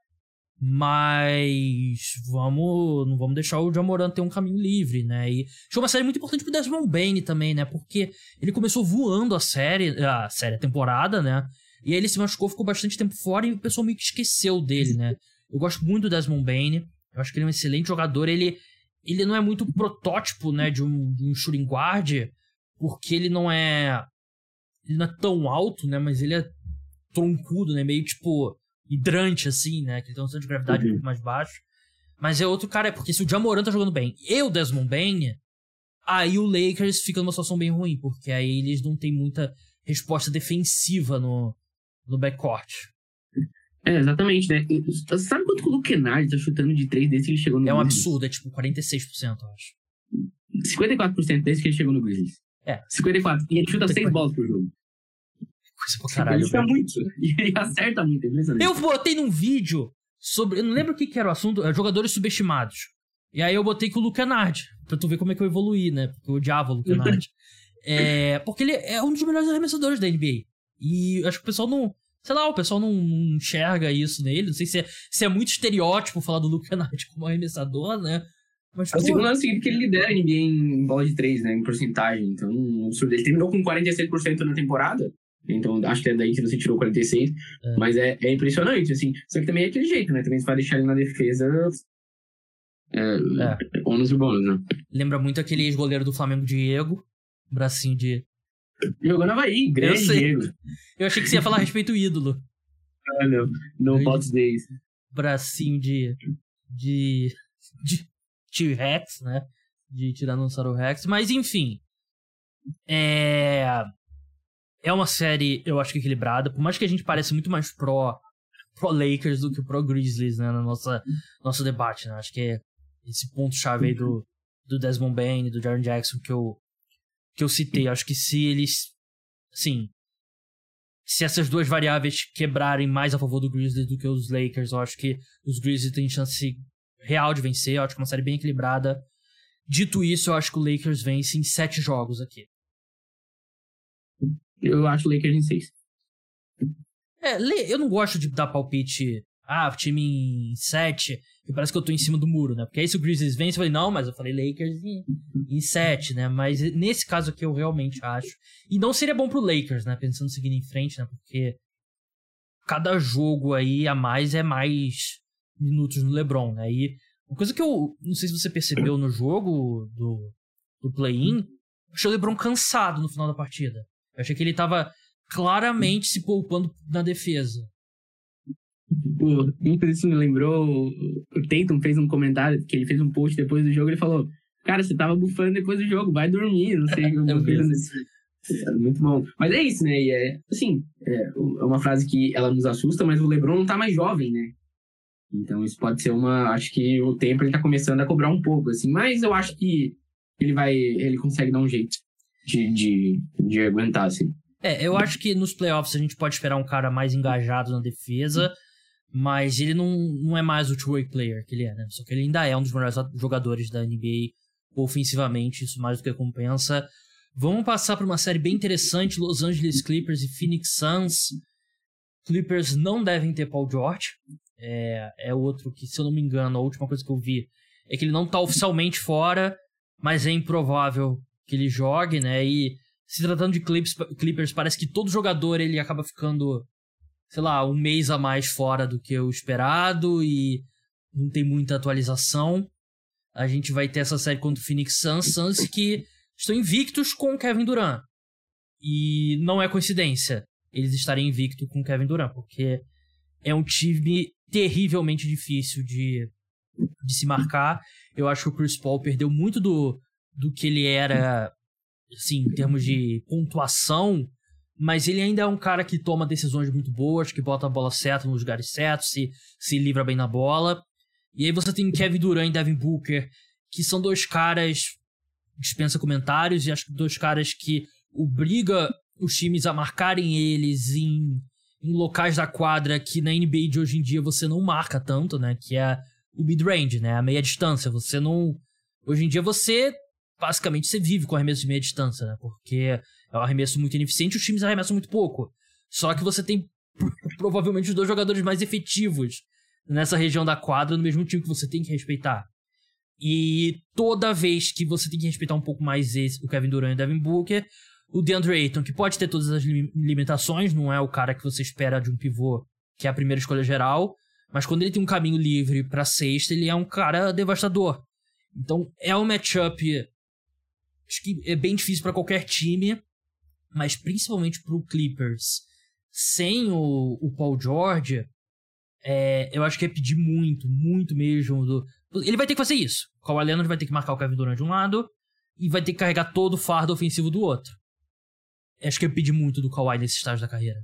Mas vamos, não vamos deixar o Ja Morant ter um caminho livre, né? E foi uma série muito importante pro Desmond Bane também, né? Porque ele começou voando a série, a série, a temporada, né? E aí ele se machucou, ficou bastante tempo fora e o pessoal meio que esqueceu dele, né? Eu gosto muito do Desmond Bane, eu acho que ele é um excelente jogador. Ele, ele não é muito protótipo, né, de um, de um shooting guard, porque ele não é... Ele não é tão alto, né? Mas ele é troncudo, né? Meio tipo... hidrante, assim, né? Que ele tem um centro de gravidade uhum. muito mais baixo. Mas é outro cara, porque se o Ja Morant tá jogando bem e o Desmond Bane, aí o Lakers fica numa situação bem ruim, porque aí eles não tem muita resposta defensiva no, no backcourt. É, exatamente, né? Você sabe quanto que o Luke Kennard tá chutando de três desde que ele chegou no Grizzlies? É um Grizzlies? absurdo, é tipo quarenta e seis por cento, eu acho. cinquenta e quatro por cento desde que ele chegou no Grizzlies. É. cinquenta e quatro por cento. E ele chuta seis bolas por jogo. Coisa pra caralho. Ele chuta muito. E ele acerta muito. É eu botei num vídeo sobre... Eu não lembro o que, que era o assunto. Jogadores subestimados. E aí eu botei com o Luke Kennard. Pra tu ver como é que eu evoluí, né? Porque eu odiava o Luke Kennard. é, porque ele é um dos melhores arremessadores da N B A. E acho que o pessoal não... Sei lá, o pessoal não, não enxerga isso nele. Não sei se é, se é muito estereótipo falar do Luke Kennard como arremessador, né? Mas, é o segundo ano seguinte que ele lidera a N B A em bola de três, né? Em porcentagem. Então, um absurdo. Ele terminou com quarenta e seis por cento na temporada. Então, acho que é daí que você tirou quarenta e seis. É. Mas é, é impressionante, assim. Só que também é aquele jeito, né? Também você vai deixar ele na defesa... É, é. ônus e bônus, né? Lembra muito aquele ex-goleiro do Flamengo, Diego. Bracinho de... Jogou na Havaí, grande Diego. Eu achei que você ia falar a respeito do ídolo. Ah, não. Não posso dizer isso. Bracinho de... De... De T-Rex, né? De Tiranossauro Rex. Mas, enfim. É... É uma série, eu acho que equilibrada. Por mais que a gente pareça muito mais pró, pró Lakers do que pró Grizzlies, né? No nossa, nosso debate, né? Acho que é esse ponto-chave aí do, do Desmond Bane, do Jaren Jackson que eu, que eu citei. Acho que se eles... Assim... Se essas duas variáveis quebrarem mais a favor do Grizzlies do que os Lakers, eu acho que os Grizzlies têm chance real de vencer. Eu acho que é uma série bem equilibrada. Dito isso, eu acho que o Lakers vence em sete jogos aqui. eu acho o Lakers em seis. É, eu não gosto de dar palpite, ah, time em sete, que parece que eu tô em cima do muro, né? Porque aí se o Grizzlies vence, eu falei, não, mas eu falei Lakers em, em sete, né? Mas nesse caso aqui eu realmente acho. E não seria bom pro Lakers, né? Pensando seguindo em frente, né? Porque cada jogo aí a mais é mais minutos no LeBron, né? E uma coisa que eu não sei se você percebeu no jogo do, do play-in, eu achei o LeBron cansado no final da partida. Eu achei que ele tava claramente se poupando na defesa. Pô, isso me lembrou, o Tatum fez um comentário, que ele fez um post depois do jogo, ele falou, cara, você tava bufando depois do jogo, vai dormir, não sei. É muito bom. Mas é isso, né? E é, assim, é uma frase que ela nos assusta, mas o LeBron não tá mais jovem, né? Então isso pode ser uma... Acho que o tempo ele tá começando a cobrar um pouco, assim. Mas eu acho que ele vai... Ele consegue dar um jeito de, de, de aguentar, assim. É, eu acho que nos playoffs a gente pode esperar um cara mais engajado na defesa, mas ele não, não é mais o two-way player que ele é, né? Só que ele ainda é um dos melhores jogadores da N B A ofensivamente, isso mais do que compensa. Vamos passar para uma série bem interessante, Los Angeles Clippers e Phoenix Suns. Clippers não devem ter Paul George. É, é outro que, se eu não me engano, a última coisa que eu vi é que ele não tá oficialmente fora, mas é improvável que ele jogue, né? E se tratando de Clippers, Clippers parece que todo jogador ele acaba ficando, sei lá, um mês a mais fora do que o esperado e não tem muita atualização. A gente vai ter essa série contra o Phoenix Suns, Suns que estão invictos com o Kevin Durant. E não é coincidência eles estarem invictos com o Kevin Durant, porque é um time terrivelmente difícil de, de se marcar. Eu acho que o Chris Paul perdeu muito do, do que ele era, assim, em termos de pontuação, mas ele ainda é um cara que toma decisões muito boas, que bota a bola certa nos lugares certos, se, se livra bem na bola. E aí você tem Kevin Durant e Devin Booker, que são dois caras... dispensa comentários, e acho que dois caras que obriga os times a marcarem eles em, em locais da quadra que na N B A de hoje em dia você não marca tanto, né? Que é o mid-range, né? A meia distância. Você não... Hoje em dia você, basicamente, você vive com arremesso de meia distância, né? Porque é um arremesso muito ineficiente e os times arremessam muito pouco. Só que você tem provavelmente os dois jogadores mais efetivos nessa região da quadra no mesmo time que você tem que respeitar. E toda vez que você tem que respeitar um pouco mais esse, o Kevin Durant e o Devin Booker, o DeAndre Ayton, que pode ter todas as limitações, não é o cara que você espera de um pivô, que é a primeira escolha geral, mas quando ele tem um caminho livre pra sexta, ele é um cara devastador. Então é um matchup, acho que é bem difícil pra qualquer time, mas principalmente pro Clippers, sem o, o Paul George, é, eu acho que é pedir muito, muito mesmo do... Ele vai ter que fazer isso. O Kawhi Leonard vai ter que marcar o Kevin Durant de um lado e vai ter que carregar todo o fardo ofensivo do outro. Acho que é pedir muito do Kawhi nesse estágio da carreira.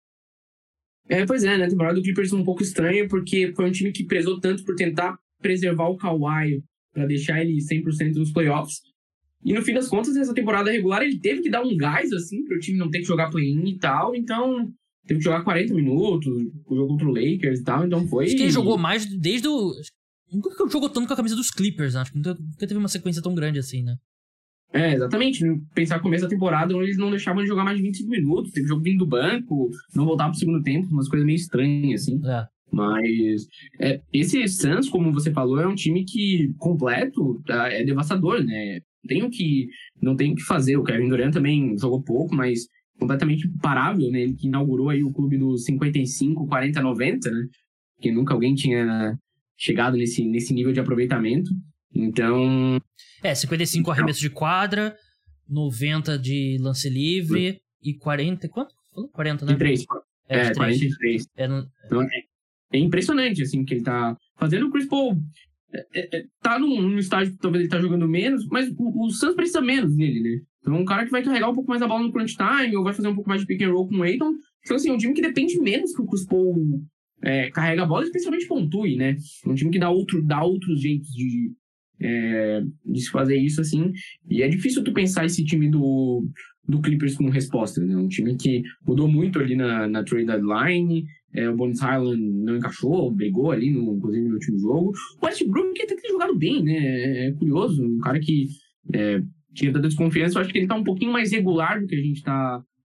É, pois é, né? A temporada do Clippers é um pouco estranha porque foi um time que prezou tanto por tentar preservar o Kawhi para deixar ele cem por cento nos playoffs. E no fim das contas, nessa temporada regular, ele teve que dar um gás, assim, para o time não ter que jogar play-in e tal. Então, teve que jogar quarenta minutos, o jogo contra o Lakers e tal. Então foi... Acho que ele jogou mais desde o... Nunca jogou tanto com a camisa dos Clippers, né? Acho que nunca, nunca teve uma sequência tão grande assim, né? É, exatamente. Pensar no começo da temporada, onde eles não deixavam de jogar mais de vinte e cinco minutos. Teve jogo vindo do banco, não voltava pro segundo tempo, umas coisas meio estranhas, assim. É. Mas é, esse Suns, como você falou, é um time que, completo, é devastador, né? Tem o que, não tem o que fazer. O Kevin Durant também jogou pouco, mas completamente imparável, né? Ele que inaugurou aí o clube dos cinquenta e cinco, quarenta, noventa, né? Que nunca alguém tinha chegado nesse, nesse nível de aproveitamento. Então... É, cinquenta e cinco arremesso de quadra, noventa de lance livre hum. e quarenta... Quanto? quarenta, né? De três. É, é de quarenta e três. É, no... Então, é, é impressionante, assim, que ele tá fazendo. O Chris Paul é, é, tá num, num estágio que talvez ele tá jogando menos, mas o, o Suns precisa menos dele, né? Então, um cara que vai carregar um pouco mais a bola no crunch time, ou vai fazer um pouco mais de pick and roll com o Ayton. Então, assim, é um time que depende menos que o Chris Paul é, carrega a bola, especialmente pontue, né? É um time que dá, outro, dá outros jeitos de, é, de se fazer isso, assim. E é difícil tu pensar esse time do, do Clippers como resposta, né? Um time que mudou muito ali na, na trade deadline. É, o Bones Highland não encaixou, brigou ali, no, inclusive, no último jogo. O Westbrook até que tem jogado bem, né? É curioso, um cara que é, tinha tanta desconfiança. Eu acho que ele tá um pouquinho mais regular do que a gente tá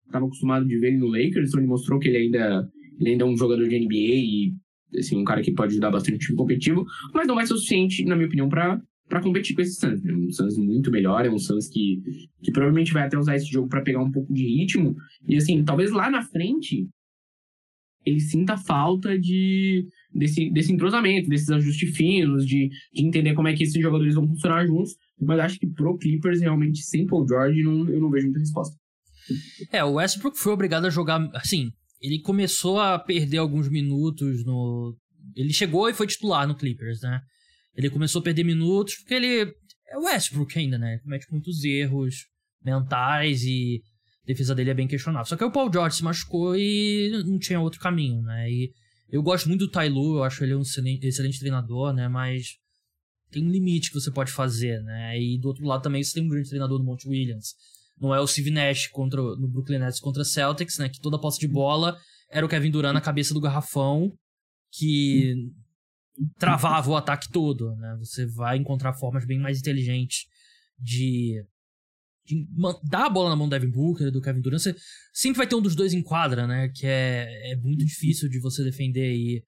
estava acostumado de ver ele no Lakers, então ele mostrou que ele ainda, ele ainda é um jogador de N B A e assim, um cara que pode ajudar bastante o time competitivo, mas não vai ser o suficiente, na minha opinião, para para competir com esse Suns. É um Suns muito melhor, é um Suns que, que provavelmente vai até usar esse jogo para pegar um pouco de ritmo, e assim, talvez lá na frente ele sinta falta de, desse, desse entrosamento, desses ajustes finos, de, de entender como é que esses jogadores vão funcionar juntos, mas acho que pro Clippers, realmente, sem Paul George, não, eu não vejo muita resposta. É, o Westbrook foi obrigado a jogar, assim, ele começou a perder alguns minutos no... Ele chegou e foi titular no Clippers, né? Ele começou a perder minutos porque ele é o Westbrook ainda, né? Ele comete muitos erros mentais e a defesa dele é bem questionável. Só que o Paul George se machucou e não tinha outro caminho, né? E eu gosto muito do Ty Lue, eu acho ele um excelente, excelente treinador, né? Mas tem um limite que você pode fazer, né? E do outro lado também você tem um grande treinador no Monty Williams. Não é o Steve Nash contra, no Brooklyn Nets contra Celtics, né? Que toda posse de bola era o Kevin Durant na cabeça do garrafão, que travava o ataque todo, né? Você vai encontrar formas bem mais inteligentes de, de dar a bola na mão do Devin Booker, do Kevin Durant. Você sempre vai ter um dos dois em quadra, né? Que é, é muito difícil de você defender. E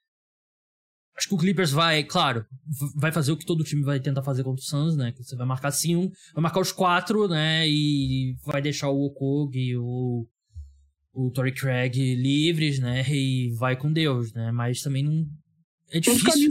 acho que o Clippers vai, claro, vai fazer o que todo time vai tentar fazer contra o Suns, né? Que você vai marcar assim um, vai marcar os quatro, né? E vai deixar o Okog e o, o Torrey Craig livres, né? E vai com Deus, né? Mas também não... É difícil.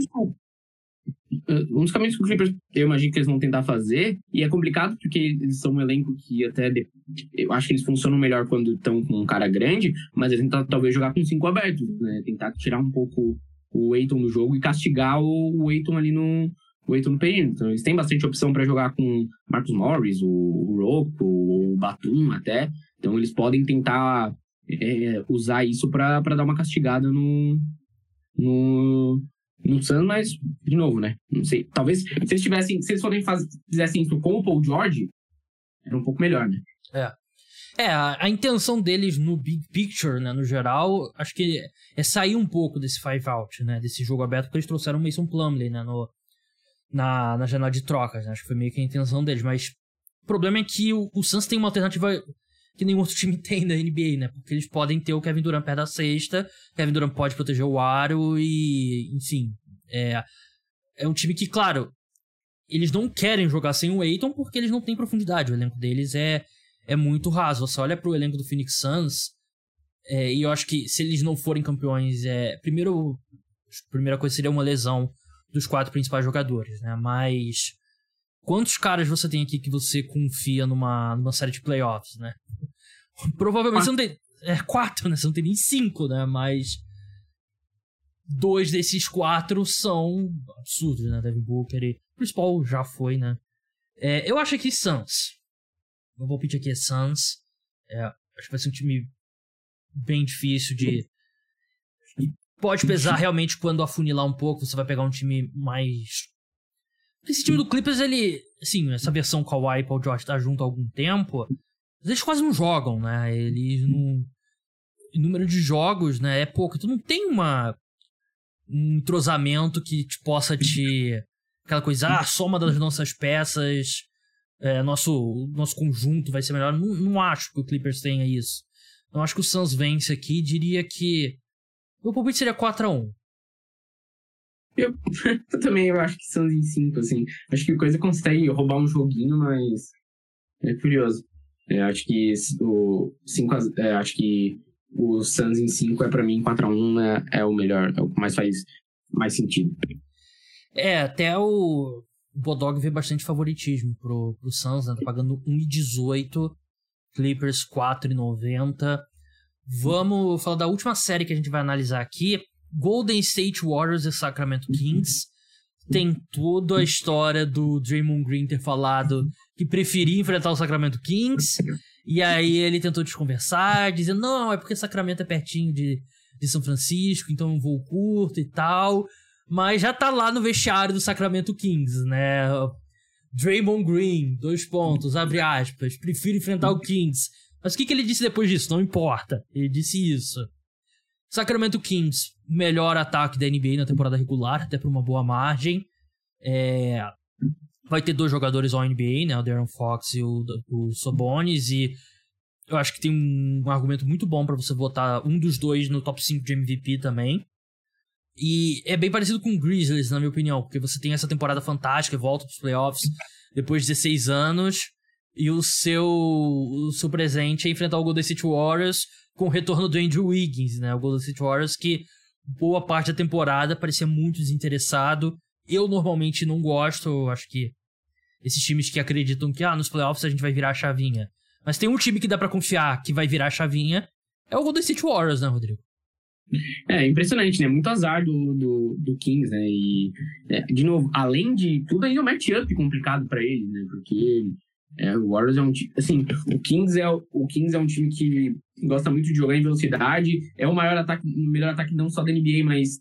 Um dos caminhos que o Clippers, eu imagino que eles vão tentar fazer, e é complicado porque eles são um elenco que até, de, eu acho que eles funcionam melhor quando estão com um cara grande, mas eles tentam talvez jogar com cinco abertos, né? Tentar tirar um pouco o Ayton do jogo e castigar o, o Ayton ali no, o Ayton no perímetro. Então eles têm bastante opção para jogar com Marcus Morris, o, o Rocco, o Batum até, então eles podem tentar é, usar isso para dar uma castigada no no no Suns, mas, de novo, né? Não sei. Talvez, se eles tivessem, se eles forem faz, fizessem isso com o Paul George, era um pouco melhor, né? É. É, a, a intenção deles no big picture, né, no geral, acho que é sair um pouco desse five out, né, desse jogo aberto, porque eles trouxeram o Mason Plumlee, né, no, na, na janela de trocas, né? Acho que foi meio que a intenção deles, mas o problema é que o, o Suns tem uma alternativa que nenhum outro time tem na N B A, né? Porque eles podem ter o Kevin Durant perto da cesta, Kevin Durant pode proteger o aro e, enfim, é, é um time que, claro, eles não querem jogar sem o Ayton porque eles não têm profundidade, o elenco deles é, é muito raso. Você olha pro elenco do Phoenix Suns é, e eu acho que se eles não forem campeões, é, primeiro, a primeira coisa seria uma lesão dos quatro principais jogadores, né? Mas quantos caras você tem aqui que você confia numa, numa série de playoffs, né? Provavelmente quatro. Você não tem... É, quatro, né? Você não tem nem cinco, né? Mas dois desses quatro são absurdos, né? Devin Booker e... O Chris Paul já foi, né? É, eu acho que Suns. Meu palpite aqui é Suns. É, acho que vai ser um time bem difícil de... Pode pesar realmente quando afunilar um pouco. Você vai pegar um time mais... Esse time do Clippers, ele... Assim, essa versão Kawhi e Paul George tá junto há algum tempo... Eles quase não jogam, né? Eles não... O número de jogos, né, é pouco. Então não tem uma... um entrosamento que te possa te... Aquela coisa, ah, a soma das nossas peças, é, nosso, nosso conjunto vai ser melhor. Não, não acho que o Clippers tenha isso. Não acho que o Suns vence aqui. Diria que... O meu palpite seria quatro a um. Eu, eu também eu acho que Suns em cinco, assim. Acho que o Coisa consegue roubar um joguinho, mas... É curioso. Eu acho que o cinco, é, acho que o Suns em cinco é pra mim quatro a um é, é o melhor, é o que mais faz mais sentido. É, até o, o Bodog vê bastante favoritismo pro, pro Suns, né? Tá pagando um e dezoito, Clippers quatro e noventa. Vamos falar da última série que a gente vai analisar aqui, Golden State Warriors e Sacramento Kings. Tem toda a história do Draymond Green ter falado que preferia enfrentar o Sacramento Kings, e aí ele tentou desconversar, dizendo, não, é porque Sacramento é pertinho de, de São Francisco, então é um voo curto e tal, mas já tá lá no vestiário do Sacramento Kings, né? Draymond Green, dois pontos, abre aspas, prefiro enfrentar o Kings. Mas o que, que ele disse depois disso? Não importa, ele disse isso. Sacramento Kings, melhor ataque da N B A na temporada regular, até por uma boa margem. É... Vai ter dois jogadores ao N B A, né? O De'Aaron Fox e o, o Sabonis. E eu acho que tem um, um argumento muito bom pra você botar um dos dois no top cinco de M V P também. E é bem parecido com o Grizzlies, na minha opinião, porque você tem essa temporada fantástica, volta pros playoffs depois de dezesseis anos, e o seu, o seu presente é enfrentar o Golden State Warriors com o retorno do Andrew Wiggins, né? O Golden State Warriors que boa parte da temporada parecia muito desinteressado. Eu normalmente não gosto, eu acho que esses times que acreditam que ah, nos playoffs a gente vai virar a chavinha. Mas tem um time que dá pra confiar que vai virar a chavinha, é o Golden State Warriors, né, Rodrigo? É impressionante, né? Muito azar do, do, do Kings, né? E, é, de novo, além de tudo, ainda é um matchup complicado pra eles, né? Porque é, o Warriors é um time... Assim, o Kings é, o Kings é um time que gosta muito de jogar em velocidade, é o maior ataque, o melhor ataque não só da N B A, mas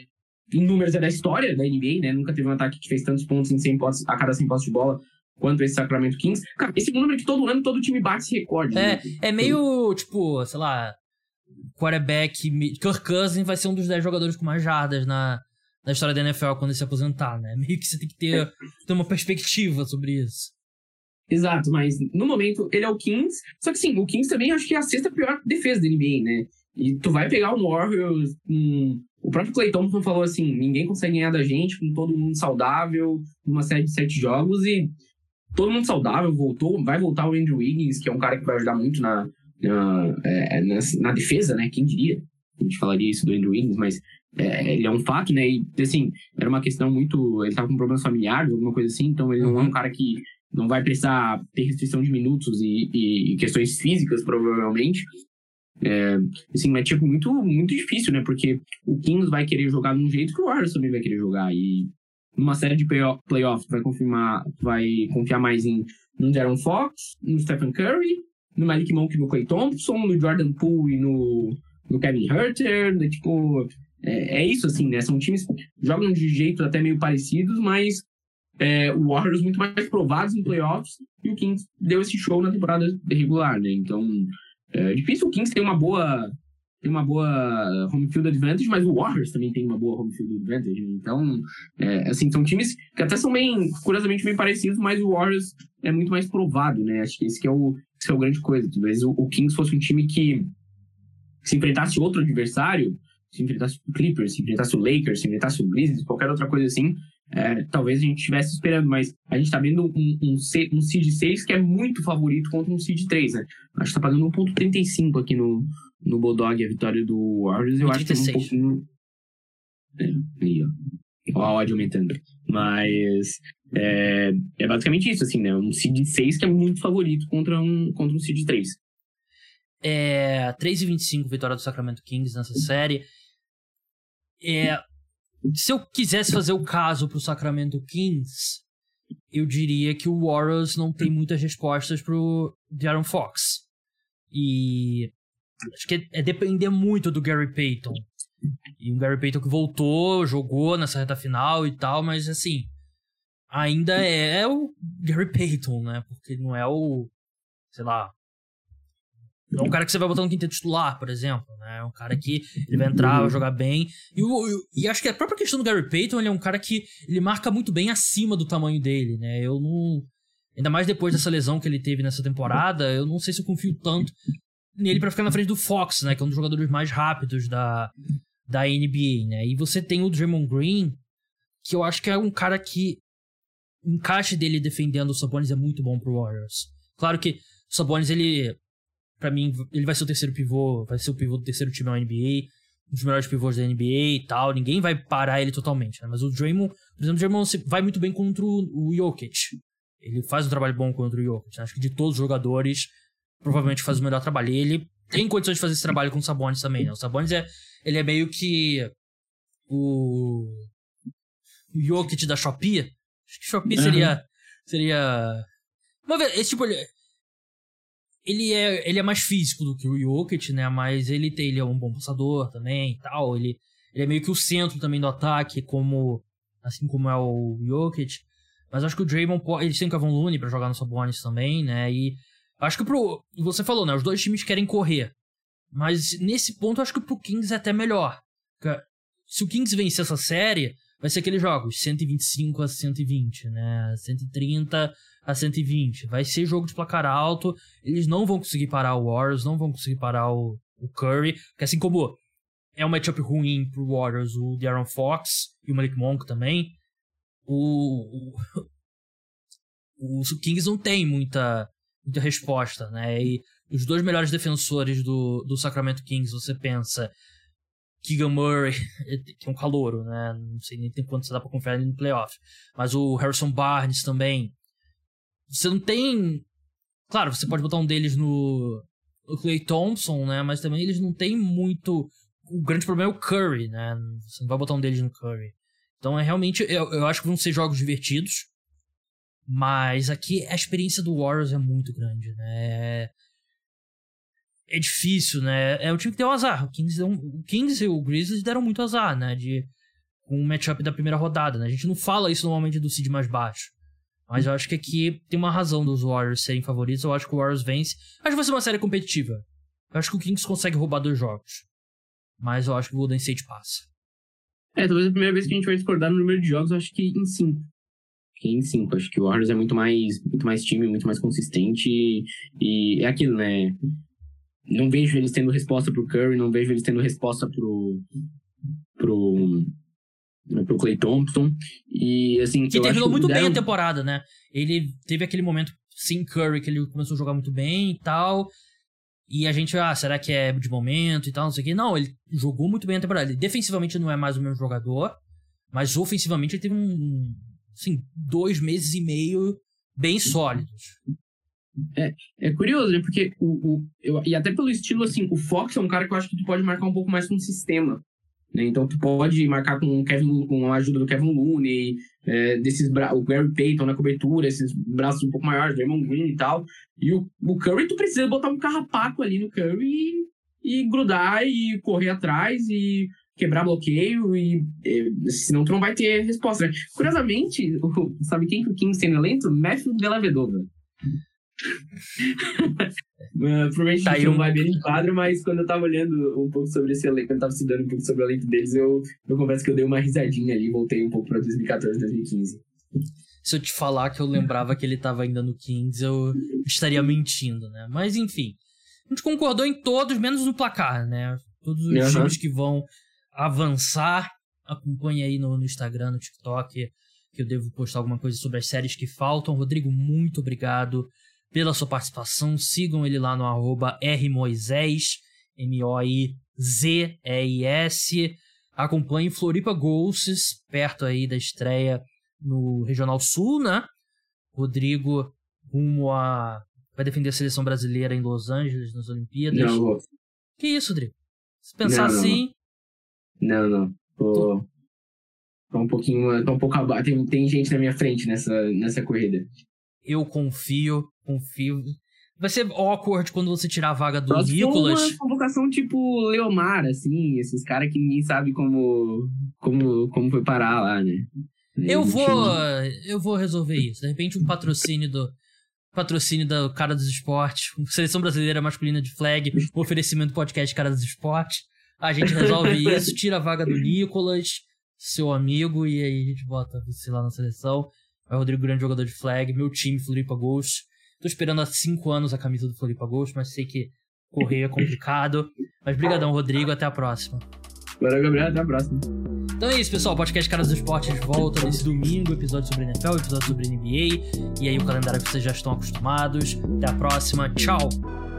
em números é da história da N B A, né? Nunca teve um ataque que fez tantos pontos em cem pontos, a cada cem pontos de bola quanto esse Sacramento Kings. Cara, esse é um número que todo ano todo time bate esse recorde. É, né? é meio, tipo, sei lá, quarterback, Kirk Cousins vai ser um dos dez jogadores com mais jardas na, na história da N F L quando ele se aposentar, né? Meio que você tem que ter, ter uma perspectiva sobre isso. Exato, mas no momento ele é o Kings, só que sim, o Kings também acho que é a sexta pior defesa da N B A, né? E tu vai pegar o Warriors, um, o próprio Klay Thompson falou assim, ninguém consegue ganhar da gente com todo mundo saudável, numa série de sete jogos, e todo mundo saudável, voltou, vai voltar o Andrew Wiggins, que é um cara que vai ajudar muito na, na, é, na, na defesa, né? Quem diria? A gente falaria isso do Andrew Wiggins, mas é, ele é um fato, né? E assim, era uma questão muito... Ele tava com problemas familiares, alguma coisa assim, então ele não é um cara que não vai precisar ter restrição de minutos e, e questões físicas, provavelmente. É, assim, é tipo muito, muito difícil, né? Porque o Kings vai querer jogar de um jeito que o Warriors também vai querer jogar. E numa série de playoffs vai confirmar, vai confiar mais em no De'Aaron Fox, no Stephen Curry, no Malik Monk, no Klay Thompson, no Jordan Poole e no, no Kevin Huerter. Né? Tipo, é, é isso, assim, né? São times que jogam de jeitos até meio parecidos, mas é, o Warriors muito mais provados em playoffs e o Kings deu esse show na temporada regular, né? Então, é difícil o Kings ter uma boa tem uma boa home field advantage, mas o Warriors também tem uma boa home field advantage. Né? Então, é, assim, são times que até são bem, curiosamente, bem parecidos, mas o Warriors é muito mais provado, né? Acho que esse que é o, esse que é o grande coisa. Talvez o, o Kings fosse um time que se enfrentasse outro adversário, se enfrentasse o Clippers, se enfrentasse o Lakers, se enfrentasse o Grizzlies, qualquer outra coisa assim, é, talvez a gente estivesse esperando, mas a gente tá vendo um, um, um seed seis que é muito favorito contra um seed três, né? Acho que tá pagando um ponto trinta e cinco aqui no, no Bulldog, a vitória do Warriors. Eu acho que é um pouquinho... É, aí, ó. Ó a odd aumentando. Mas é, é basicamente isso, assim, né? Um seed seis que é muito favorito contra um, contra um seed três. É, três e vinte e cinco vitória do Sacramento Kings nessa série. É, se eu quisesse fazer o caso pro Sacramento Kings, eu diria que o Warriors não tem muitas respostas pro De'Aaron Fox. E acho que é, é depender muito do Gary Payton. E um Gary Payton que voltou, jogou nessa reta final e tal, mas assim, ainda é o Gary Payton, né? Porque não é o, sei lá, não é um cara que você vai botar no quinteto titular, por exemplo, né? É um cara que ele vai entrar, vai jogar bem. E, o, e acho que a própria questão do Gary Payton, ele é um cara que ele marca muito bem acima do tamanho dele, né? Eu não... Ainda mais depois dessa lesão que ele teve nessa temporada, eu não sei se eu confio tanto nele pra ficar na frente do Fox, né? Que é um dos jogadores mais rápidos da, da N B A, né? E você tem o Draymond Green, que eu acho que é um cara que o encaixe dele defendendo o Sabonis é muito bom pro Warriors. Claro que o Sabonis, ele... Pra mim, ele vai ser o terceiro pivô, vai ser o pivô do terceiro time na N B A, um dos melhores pivôs da N B A e tal, ninguém vai parar ele totalmente, né? Mas o Draymond, por exemplo, o Draymond vai muito bem contra o Jokic. Ele faz um trabalho bom contra o Jokic, né? Acho que de todos os jogadores, provavelmente faz o melhor trabalho. E ele tem condições de fazer esse trabalho com o Sabonis também, né? O Sabonis é, ele é meio que o Jokic da Shopee. Acho que Shopee uhum. seria, seria... Uma vez, esse tipo... Ele é, ele é mais físico do que o Jokic, né? Mas ele, tem, ele é um bom passador também e tal. Ele, ele é meio que o centro também do ataque, como, assim como é o Jokic. Mas acho que o Draymond pode... Eles têm o Kevin Looney pra jogar no Sabonis também, né? E acho que pro... Você falou, né? Os dois times querem correr. Mas nesse ponto, acho que pro Kings é até melhor. Se o Kings vencer essa série, vai ser aqueles jogos cento e vinte e cinco a cento e vinte, né? cento e trinta a cento e vinte. Vai ser jogo de placar alto. Eles não vão conseguir parar o Warriors, não vão conseguir parar o, o Curry. Porque assim como é um matchup ruim pro Warriors, o De'Aaron Fox e o Malik Monk também, o, o, o Kings não tem muita, muita resposta, né? E os dois melhores defensores do, do Sacramento Kings, você pensa... Keegan Murray, que é um calouro, né? Não sei nem tem quanto você dá pra confiar no playoff. Mas o Harrison Barnes também. Você não tem... Claro, você pode botar um deles no, no Klay Thompson, né? Mas também eles não têm muito... O grande problema é o Curry, né? Você não vai botar um deles no Curry. Então, é realmente... Eu, eu acho que vão ser jogos divertidos. Mas aqui a experiência do Warriors é muito grande, né? É difícil, né? É um time que deu azar. O Kings, deu um... o Kings e o Grizzlies deram muito azar, né? De... Com o matchup da primeira rodada, né? A gente não fala isso normalmente do seed mais baixo. Mas eu acho que aqui tem uma razão dos Warriors serem favoritos. Eu acho que o Warriors vence. Acho que vai ser uma série competitiva. Eu acho que o Kings consegue roubar dois jogos. Mas eu acho que o Golden State passa. É, talvez a primeira vez que a gente vai discordar no número de jogos, eu acho que em cinco. Em cinco. Acho que o Warriors é muito mais, muito mais time, muito mais consistente. E, e é aquilo, né? Não vejo eles tendo resposta pro Curry, não vejo eles tendo resposta pro... pro... pro Klay Thompson. E, assim... Que terminou muito bem a temporada, né? Ele teve aquele momento sem Curry, que ele começou a jogar muito bem e tal... E a gente, ah, será que é de momento e tal, não sei o que. Não, ele jogou muito bem a temporada. Ele defensivamente não é mais o mesmo jogador, mas ofensivamente ele teve um, assim, dois meses e meio bem sólidos. É, é curioso, né? Porque o, o, eu, e até pelo estilo, assim, o Fox é um cara que eu acho que tu pode marcar um pouco mais com o sistema. Né? Então tu pode marcar com o Kevin, com a ajuda do Kevin Looney, é, desses bra- o Gary Payton na cobertura, esses braços um pouco maiores, Draymond Green e tal. E o, o Curry, tu precisa botar um carrapato ali no Curry e, e grudar e correr atrás e quebrar bloqueio, e, e senão tu não vai ter resposta. Né? Curiosamente, o, sabe quem que o Kings tem no elenco? Matthew Dellavedova. Uh, provavelmente tá, não vai ver em quadro, mas quando eu tava olhando um pouco sobre esse elenco, quando eu tava estudando um pouco sobre o elenco deles, eu, eu confesso que eu dei uma risadinha ali e voltei um pouco pra dois mil e catorze, dois mil e quinze. Se eu te falar que eu lembrava que ele tava ainda no Kings, eu estaria mentindo, né? Mas enfim, a gente concordou em todos, menos no placar, né? Todos os uhum. times que vão avançar, acompanhe aí no, no Instagram, no TikTok, que eu devo postar alguma coisa sobre as séries que faltam. Rodrigo, muito obrigado pela sua participação. Sigam ele lá no arroba rmoisés, M O I Z E I S. Acompanhe Floripa Ghosts, perto aí da estreia no Regional Sul, né? Rodrigo rumo a... vai defender a seleção brasileira em Los Angeles, nas Olimpíadas. Não, vou. Que isso, Rodrigo? Se pensar não, não, assim... Não, não. Tô... tô um pouquinho... tô um pouco abaixo. Tem, tem gente na minha frente nessa, nessa corrida. Eu confio, confio. Vai ser awkward quando você tirar a vaga do Próximo Nicolas. Uma convocação tipo Leomar, assim, esses caras que ninguém sabe como, como, como foi parar lá, né? Eu vou, eu vou resolver isso. De repente um patrocínio do patrocínio do Cara dos Esportes, Seleção Brasileira Masculina de Flag, um oferecimento do podcast Cara dos Esportes. A gente resolve isso, tira a vaga do Nicolas, seu amigo, e aí a gente bota você lá na seleção. É o Rodrigo, grande jogador de flag, meu time, Floripa Ghosts. Tô esperando há cinco anos a camisa do Floripa Ghosts, mas sei que correr é complicado. Mas brigadão, Rodrigo, até a próxima. Valeu, Gabriel, até a próxima. Então é isso, pessoal. O podcast Caras do Esporte volta nesse domingo. Episódio sobre N F L, episódio sobre N B A. E aí o calendário que vocês já estão acostumados. Até a próxima. Tchau!